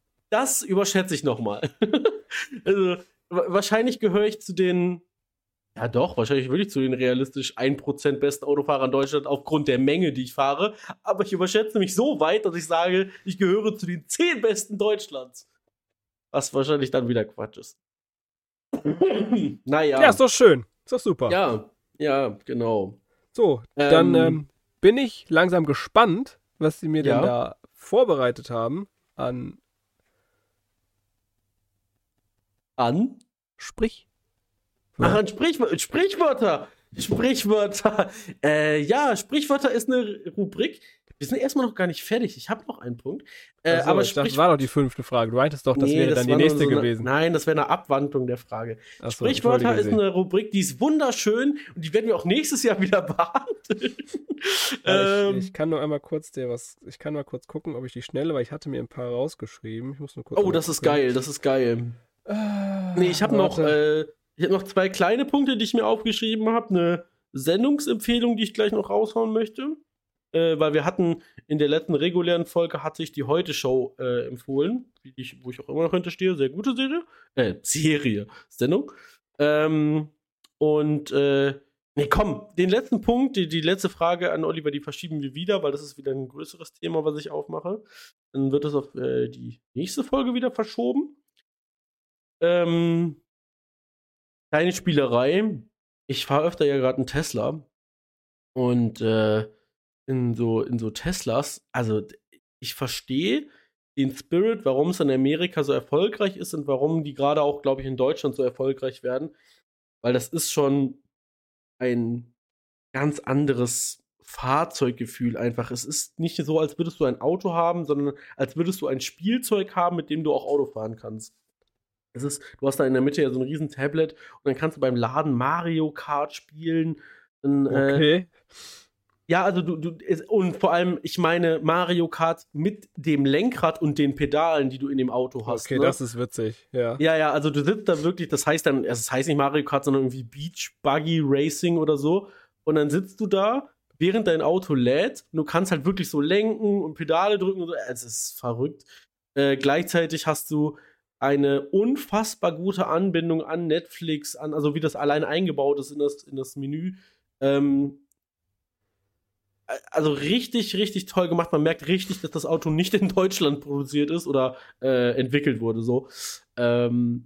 das überschätze ich nochmal. Also, wa- wahrscheinlich gehöre ich zu den, ja doch, wahrscheinlich würde ich zu den realistisch ein Prozent besten Autofahrern in Deutschland aufgrund der Menge, die ich fahre, aber ich überschätze mich so weit, dass ich sage, ich gehöre zu den zehn besten Deutschlands. Was wahrscheinlich dann wieder Quatsch ist. Naja. Ja, ist doch schön. Ist doch super. Ja, ja, genau. So, Ähm, dann ähm, bin ich langsam gespannt, was sie mir Ja. denn da vorbereitet haben an An? Sprich. Ach, an Sprichwör Sprichwörter. Sprichwörter. Äh, ja, Sprichwörter ist eine Rubrik. Wir sind erstmal noch gar nicht fertig. Ich habe noch einen Punkt. Äh, Achso, aber ich dachte, Sprich das war doch die fünfte Frage. Du meintest doch, das Nee, wäre dann die war nur nächste so eine, gewesen. Nein, das wäre eine Abwandlung der Frage. Achso, Sprichwörter entschuldige ist Sie. eine Rubrik, die ist wunderschön und die werden wir auch nächstes Jahr wieder behandeln. Ja, ähm, ich, ich kann nur einmal kurz dir was, ich kann mal kurz gucken, ob ich die schnelle, weil ich hatte mir ein paar rausgeschrieben. Ich muss nur kurz. oh, einmal das ist gucken. geil, das ist geil. Ah, Nee, ich habe noch, warte. äh, ich hab noch zwei kleine Punkte, die ich mir aufgeschrieben habe. Eine Sendungsempfehlung, die ich gleich noch raushauen möchte. Äh, weil wir hatten in der letzten regulären Folge hatte ich die Heute-Show äh, empfohlen, die ich, wo ich auch immer noch hinterstehe. Sehr gute Serie. Äh, Serie. Sendung. Ähm, und, äh, nee, komm, den letzten Punkt, die, die letzte Frage an Oliver, die verschieben wir wieder, weil das ist wieder ein größeres Thema, was ich aufmache. Dann wird das auf äh, die nächste Folge wieder verschoben. Ähm, kleine Spielerei. Ich fahre öfter ja gerade einen Tesla. Und äh, in so, in so Teslas, also ich verstehe den Spirit, warum es in Amerika so erfolgreich ist und warum die gerade auch, glaube ich, in Deutschland so erfolgreich werden. Weil das ist schon ein ganz anderes Fahrzeuggefühl einfach. Es ist nicht so, als würdest du ein Auto haben, sondern als würdest du ein Spielzeug haben, mit dem du auch Auto fahren kannst. Es ist, du hast da in der Mitte ja so ein riesen Tablet und dann kannst du beim Laden Mario Kart spielen. Dann, Okay. Äh, ja, also du, du, und vor allem, ich meine Mario Kart mit dem Lenkrad und den Pedalen, die du in dem Auto hast. Okay, ne? das ist witzig, ja. Ja, ja, also du sitzt da wirklich, das heißt dann, es heißt nicht Mario Kart, sondern irgendwie Beach Buggy Racing oder so. Und dann sitzt du da, während dein Auto lädt, und du kannst halt wirklich so lenken und Pedale drücken und so. Es ist verrückt. Äh, gleichzeitig hast du eine unfassbar gute Anbindung an Netflix, an, also wie das allein eingebaut ist in das, in das Menü. Ähm, also richtig, richtig toll gemacht. Man merkt richtig, dass das Auto nicht in Deutschland produziert ist oder äh, entwickelt wurde. So. Ähm,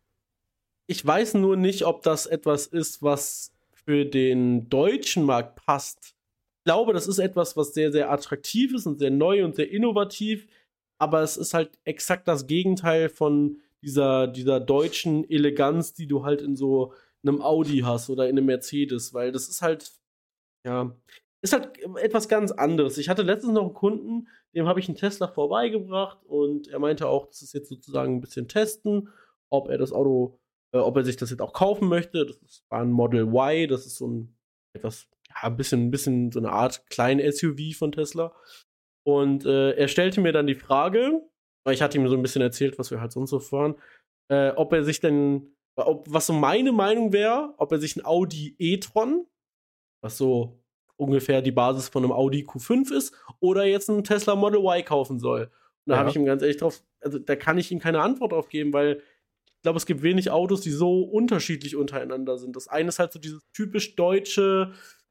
ich weiß nur nicht, ob das etwas ist, was für den deutschen Markt passt. Ich glaube, das ist etwas, was sehr, sehr attraktiv ist und sehr neu und sehr innovativ. Aber es ist halt exakt das Gegenteil von dieser, dieser deutschen Eleganz, die du halt in so einem Audi hast oder in einem Mercedes, weil das ist halt, ja, ist halt etwas ganz anderes. Ich hatte letztens noch einen Kunden, dem habe ich einen Tesla vorbeigebracht und er meinte auch, das ist jetzt sozusagen ein bisschen testen, ob er das Auto, äh, ob er sich das jetzt auch kaufen möchte. Das ist, war ein Model Y, das ist so ein etwas, ja, ein bisschen, ein bisschen so eine Art kleinen S U V von Tesla. Und äh, er stellte mir dann die Frage, weil ich hatte ihm so ein bisschen erzählt, was wir halt sonst so fahren, äh, ob er sich denn, ob, was so meine Meinung wäre, ob er sich ein Audi e-tron, was so ungefähr die Basis von einem Audi Q fünf ist, oder jetzt einen Tesla Model Y kaufen soll. Und da ja. habe ich ihm ganz ehrlich drauf, also da kann ich ihm keine Antwort drauf geben, weil ich glaube, es gibt wenig Autos, die so unterschiedlich untereinander sind. Das eine ist halt so dieses typisch deutsche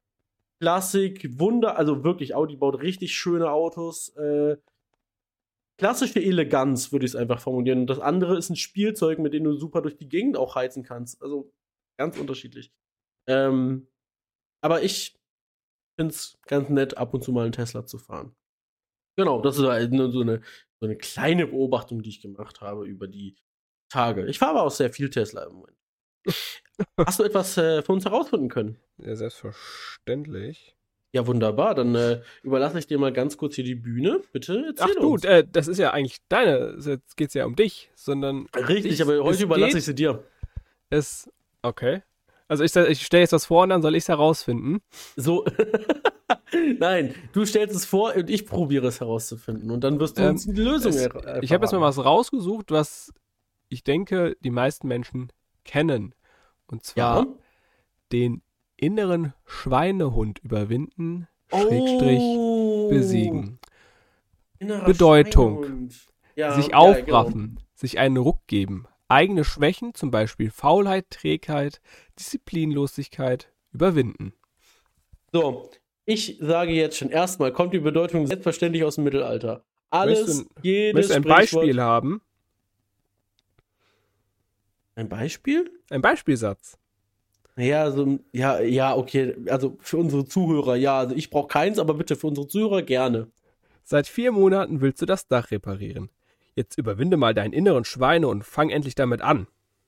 Klassik, Wunder, also wirklich, Audi baut richtig schöne Autos. Äh, klassische Eleganz, würde ich es einfach formulieren. Und das andere ist ein Spielzeug, mit dem du super durch die Gegend auch heizen kannst. Also ganz unterschiedlich. Ähm, aber ich finde es ganz nett, ab und zu mal einen Tesla zu fahren. Genau, das ist halt nur so eine, so eine kleine Beobachtung, die ich gemacht habe über die Tage. Ich fahre aber auch sehr viel Tesla im Moment. Hast du etwas äh, für uns herausfinden können? Ja, selbstverständlich. Ja, wunderbar. Dann äh, überlasse ich dir mal ganz kurz hier die Bühne. Bitte erzähl Ach uns. du, äh, das ist ja eigentlich deine, jetzt geht es ja um dich, sondern Richtig, ich, aber heute überlasse ich sie dir. Es, okay. Also ich, ich stelle jetzt was vor und dann soll ich es herausfinden. So, nein, du stellst es vor und ich probiere es herauszufinden und dann wirst du ähm, uns die Lösung es, er- Ich habe jetzt mal was rausgesucht, was ich denke, die meisten Menschen kennen. Und zwar Ja? den inneren Schweinehund überwinden, Schrägstrich Oh. besiegen. Innerer Bedeutung. Schweinehund. Ja, Sich ja, aufraffen, sich einen Ruck geben, eigene Schwächen, zum Beispiel Faulheit, Trägheit, Disziplinlosigkeit, überwinden. So, ich sage jetzt schon erstmal, kommt die Bedeutung selbstverständlich aus dem Mittelalter. Alles, Möchtest du, jedes möchtest du ein Sprichwort- Beispiel haben? Ein Beispiel? Ein Beispielsatz. Ja, so, ja, ja, okay. Also für unsere Zuhörer, ja. Also ich brauche keins, aber bitte für unsere Zuhörer gerne. Seit vier Monaten willst du das Dach reparieren. Jetzt überwinde mal deinen inneren Schweine und fang endlich damit an.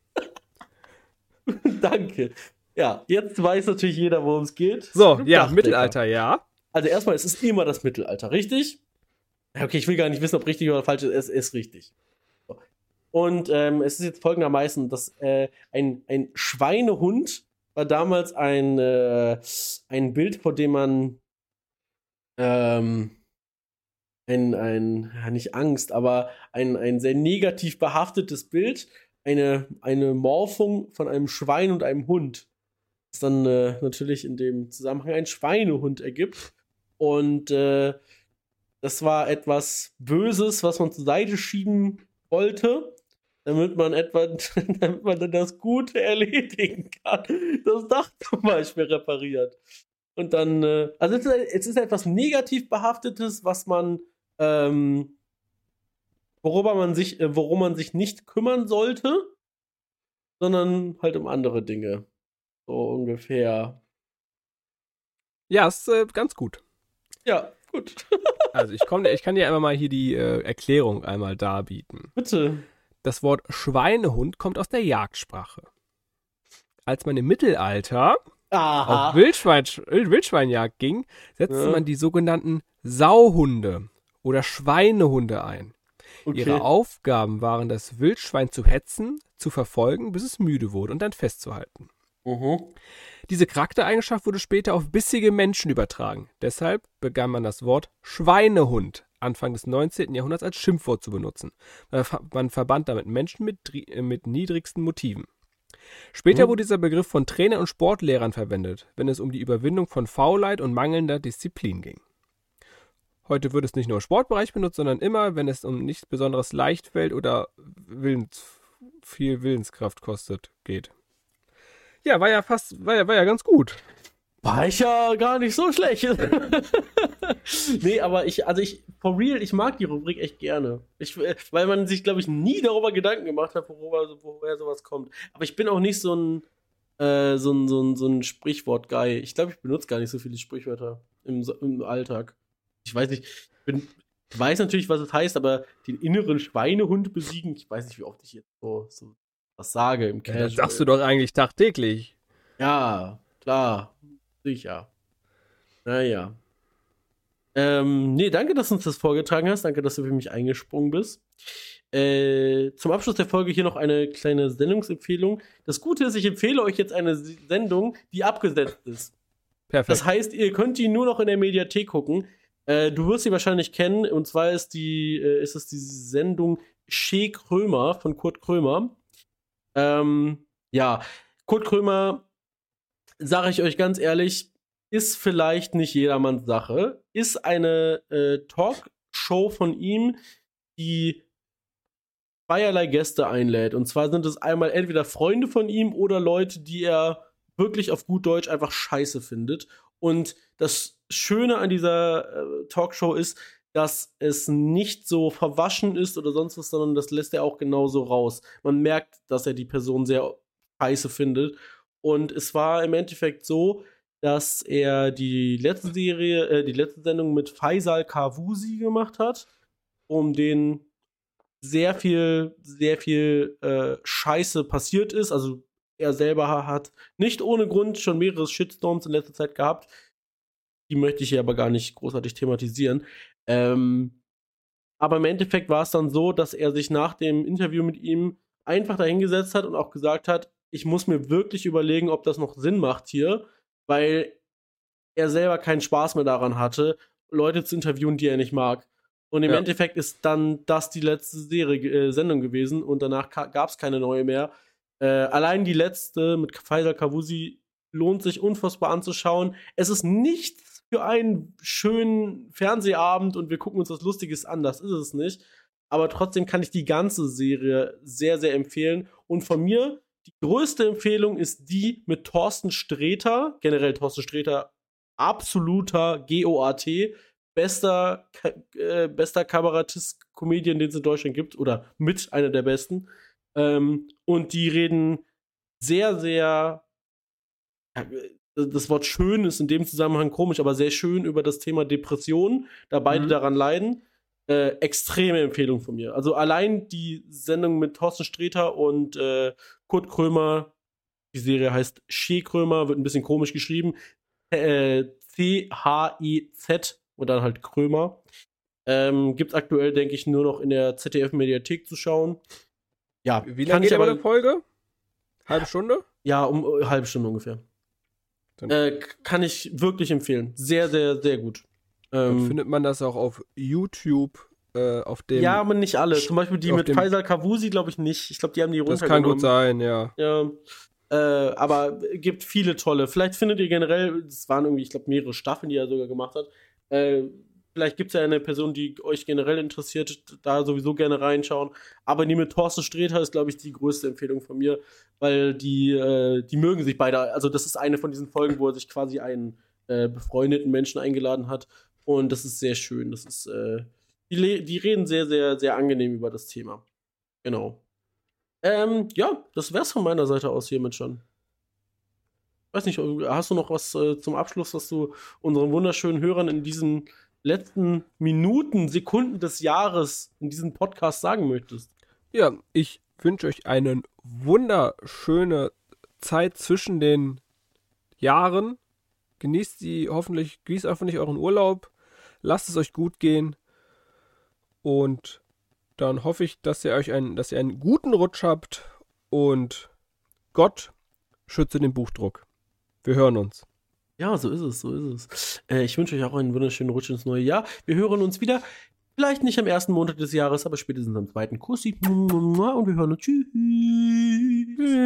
Danke. Ja, jetzt weiß natürlich jeder, worum es geht. So, Ein ja, Dachdecker. Mittelalter, ja. Also erstmal, es ist immer das Mittelalter, richtig? Ja, okay, ich will gar nicht wissen, ob richtig oder falsch ist. Es ist richtig. So. Und ähm, es ist jetzt folgendermaßen, dass äh, ein, ein Schweinehund war damals ein, äh, ein Bild, vor dem man ähm, ein, ein, ja, nicht Angst, aber ein, ein sehr negativ behaftetes Bild, eine, eine Morphung von einem Schwein und einem Hund, das dann äh, natürlich in dem Zusammenhang ein Schweinehund ergibt. Und äh, das war etwas Böses, was man zur Seite schieben wollte, damit man etwa, damit man dann das Gute erledigen kann. Das Dach zum Beispiel repariert. Und dann, äh, also es ist, es ist etwas negativ behaftetes, was man, ähm, worüber man sich, äh, worum man sich nicht kümmern sollte, sondern halt um andere Dinge. So ungefähr. Ja, ist äh, ganz gut. Ja, gut. Also ich, komm, ich kann dir einmal mal hier die äh, Erklärung einmal darbieten. Bitte. Das Wort Schweinehund kommt aus der Jagdsprache. Als man im Mittelalter Aha. auf Wildschwein, Wildschweinjagd ging, setzte Ja. man die sogenannten Sauhunde oder Schweinehunde ein. Okay. Ihre Aufgaben waren, das Wildschwein zu hetzen, zu verfolgen, bis es müde wurde und dann festzuhalten. Mhm. Diese Charaktereigenschaft wurde später auf bissige Menschen übertragen. Deshalb begann man das Wort Schweinehund Anfang des neunzehnten Jahrhunderts als Schimpfwort zu benutzen. Man verband damit Menschen mit, mit niedrigsten Motiven. Später Mhm. wurde dieser Begriff von Trainern und Sportlehrern verwendet, wenn es um die Überwindung von Faulheit und mangelnder Disziplin ging. Heute wird es nicht nur im Sportbereich benutzt, sondern immer, wenn es um nichts besonderes Leichtfeld oder Willens, viel Willenskraft kostet, geht. Ja, war ja fast, war ja, war ja ganz gut. War ich ja gar nicht so schlecht. Nee, aber ich, also ich, for real, ich mag die Rubrik echt gerne. Ich, weil man sich, glaube ich, nie darüber Gedanken gemacht hat, worüber, woher sowas kommt. Aber ich bin auch nicht so ein, äh, so ein, so ein, so ein Sprichwort-Guy. Ich glaube, ich benutze gar nicht so viele Sprichwörter im, im Alltag. Ich weiß nicht, ich, bin, ich weiß natürlich, was es heißt, aber den inneren Schweinehund besiegen, ich weiß nicht, wie oft ich jetzt so, so was sage im Ja, Keller. das sagst du doch eigentlich tagtäglich. Ja, klar, sicher. Naja. Ähm, nee, danke, dass du uns das vorgetragen hast. Danke, dass du für mich eingesprungen bist. Äh, zum Abschluss der Folge hier noch eine kleine Sendungsempfehlung. Das Gute ist, ich empfehle euch jetzt eine Sendung, die abgesetzt ist. Perfekt. Das heißt, ihr könnt die nur noch in der Mediathek gucken. Äh, du wirst sie wahrscheinlich kennen. Und zwar ist, die, äh, ist es die Sendung Che Krömer von Kurt Krömer. Ähm, ja, Kurt Krömer, sage ich euch ganz ehrlich, ist vielleicht nicht jedermanns Sache. Ist eine äh, Talkshow von ihm, die zweierlei Gäste einlädt. Und zwar sind es einmal entweder Freunde von ihm oder Leute, die er wirklich auf gut Deutsch einfach scheiße findet. Und das Schöne an dieser äh, Talkshow ist, dass es nicht so verwaschen ist oder sonst was, sondern das lässt er auch genauso raus. Man merkt, dass er die Person sehr scheiße findet. Und es war im Endeffekt so, dass er die letzte Serie, äh, die letzte Sendung mit Faisal Kavusi gemacht hat, um den sehr viel, sehr viel äh, Scheiße passiert ist. Also er selber hat nicht ohne Grund schon mehrere Shitstorms in letzter Zeit gehabt. Die möchte ich hier aber gar nicht großartig thematisieren. Ähm, aber im Endeffekt war es dann so, dass er sich nach dem Interview mit ihm einfach dahingesetzt hat und auch gesagt hat, ich muss mir wirklich überlegen, ob das noch Sinn macht hier, weil er selber keinen Spaß mehr daran hatte, Leute zu interviewen, die er nicht mag. Und im Ja. Endeffekt ist dann das die letzte Serie, äh, Sendung gewesen und danach ka- gab es keine neue mehr. Äh, allein die letzte mit Faisal Kavusi lohnt sich unfassbar anzuschauen. Es ist nichts für einen schönen Fernsehabend und wir gucken uns was Lustiges an, das ist es nicht. Aber trotzdem kann ich die ganze Serie sehr, sehr empfehlen. Und von mir, die größte Empfehlung ist die mit Thorsten Sträter. Generell Thorsten Sträter, absoluter G O A T. Bester, äh, bester Kabarettist-Comedian, den es in Deutschland gibt. Oder mit einer der besten. Ähm, und die reden sehr, sehr. Ja, das Wort schön ist in dem Zusammenhang komisch, aber sehr schön über das Thema Depression, da beide Mhm. daran leiden. Äh, extreme Empfehlung von mir. Also allein die Sendung mit Thorsten Sträter und äh, Kurt Krömer, die Serie heißt Che Krömer, wird ein bisschen komisch geschrieben. Äh, C H I Z und dann halt Krömer. Ähm, gibt's aktuell, denke ich, nur noch in der Z D F-Mediathek zu schauen. Ja, Wie kann lange ich geht aber aber. eine Folge? Halbe Stunde? Ja, um äh, eine halbe Stunde ungefähr. Dann, Äh, kann ich wirklich empfehlen. Sehr, sehr, sehr gut. dann Ähm, findet man das auch auf YouTube, äh, auf dem. ja, aber nicht alle. Zum Beispiel die auf mit dem- Faisal Kavusi, glaube ich nicht. Ich glaube, die haben die Das runtergenommen. kann gut sein, ja. Ja. Äh, aber gibt viele tolle. Vielleicht findet ihr generell, es waren irgendwie, ich glaube, mehrere Staffeln, die er sogar gemacht hat. Äh, vielleicht gibt es ja eine Person, die euch generell interessiert, da sowieso gerne reinschauen. Aber die mit Thorsten Sträter ist, glaube ich, die größte Empfehlung von mir, weil die, äh, die mögen sich beide. Also, das ist eine von diesen Folgen, wo er sich quasi einen äh, befreundeten Menschen eingeladen hat. Und das ist sehr schön. Das ist, äh, die, le- die reden sehr, sehr, sehr angenehm über das Thema. Genau. Ähm, ja, das wär's von meiner Seite aus hiermit schon. Weiß nicht, hast du noch was äh, zum Abschluss, was du unseren wunderschönen Hörern in diesen letzten Minuten, Sekunden des Jahres in diesem Podcast sagen möchtest? Ja, ich wünsche euch eine wunderschöne Zeit zwischen den Jahren. Genießt sie hoffentlich, genießt hoffentlich euren Urlaub. Lasst es euch gut gehen. Und dann hoffe ich, dass ihr euch einen, dass ihr einen guten Rutsch habt. Und Gott schütze den Buchdruck. Wir hören uns. Ja, so ist es, so ist es. Äh, ich wünsche euch auch einen wunderschönen Rutsch ins neue Jahr. Wir hören uns wieder. Vielleicht nicht am ersten Montag des Jahres, aber spätestens am zweiten. Kussi. Und wir hören uns. Tschüss.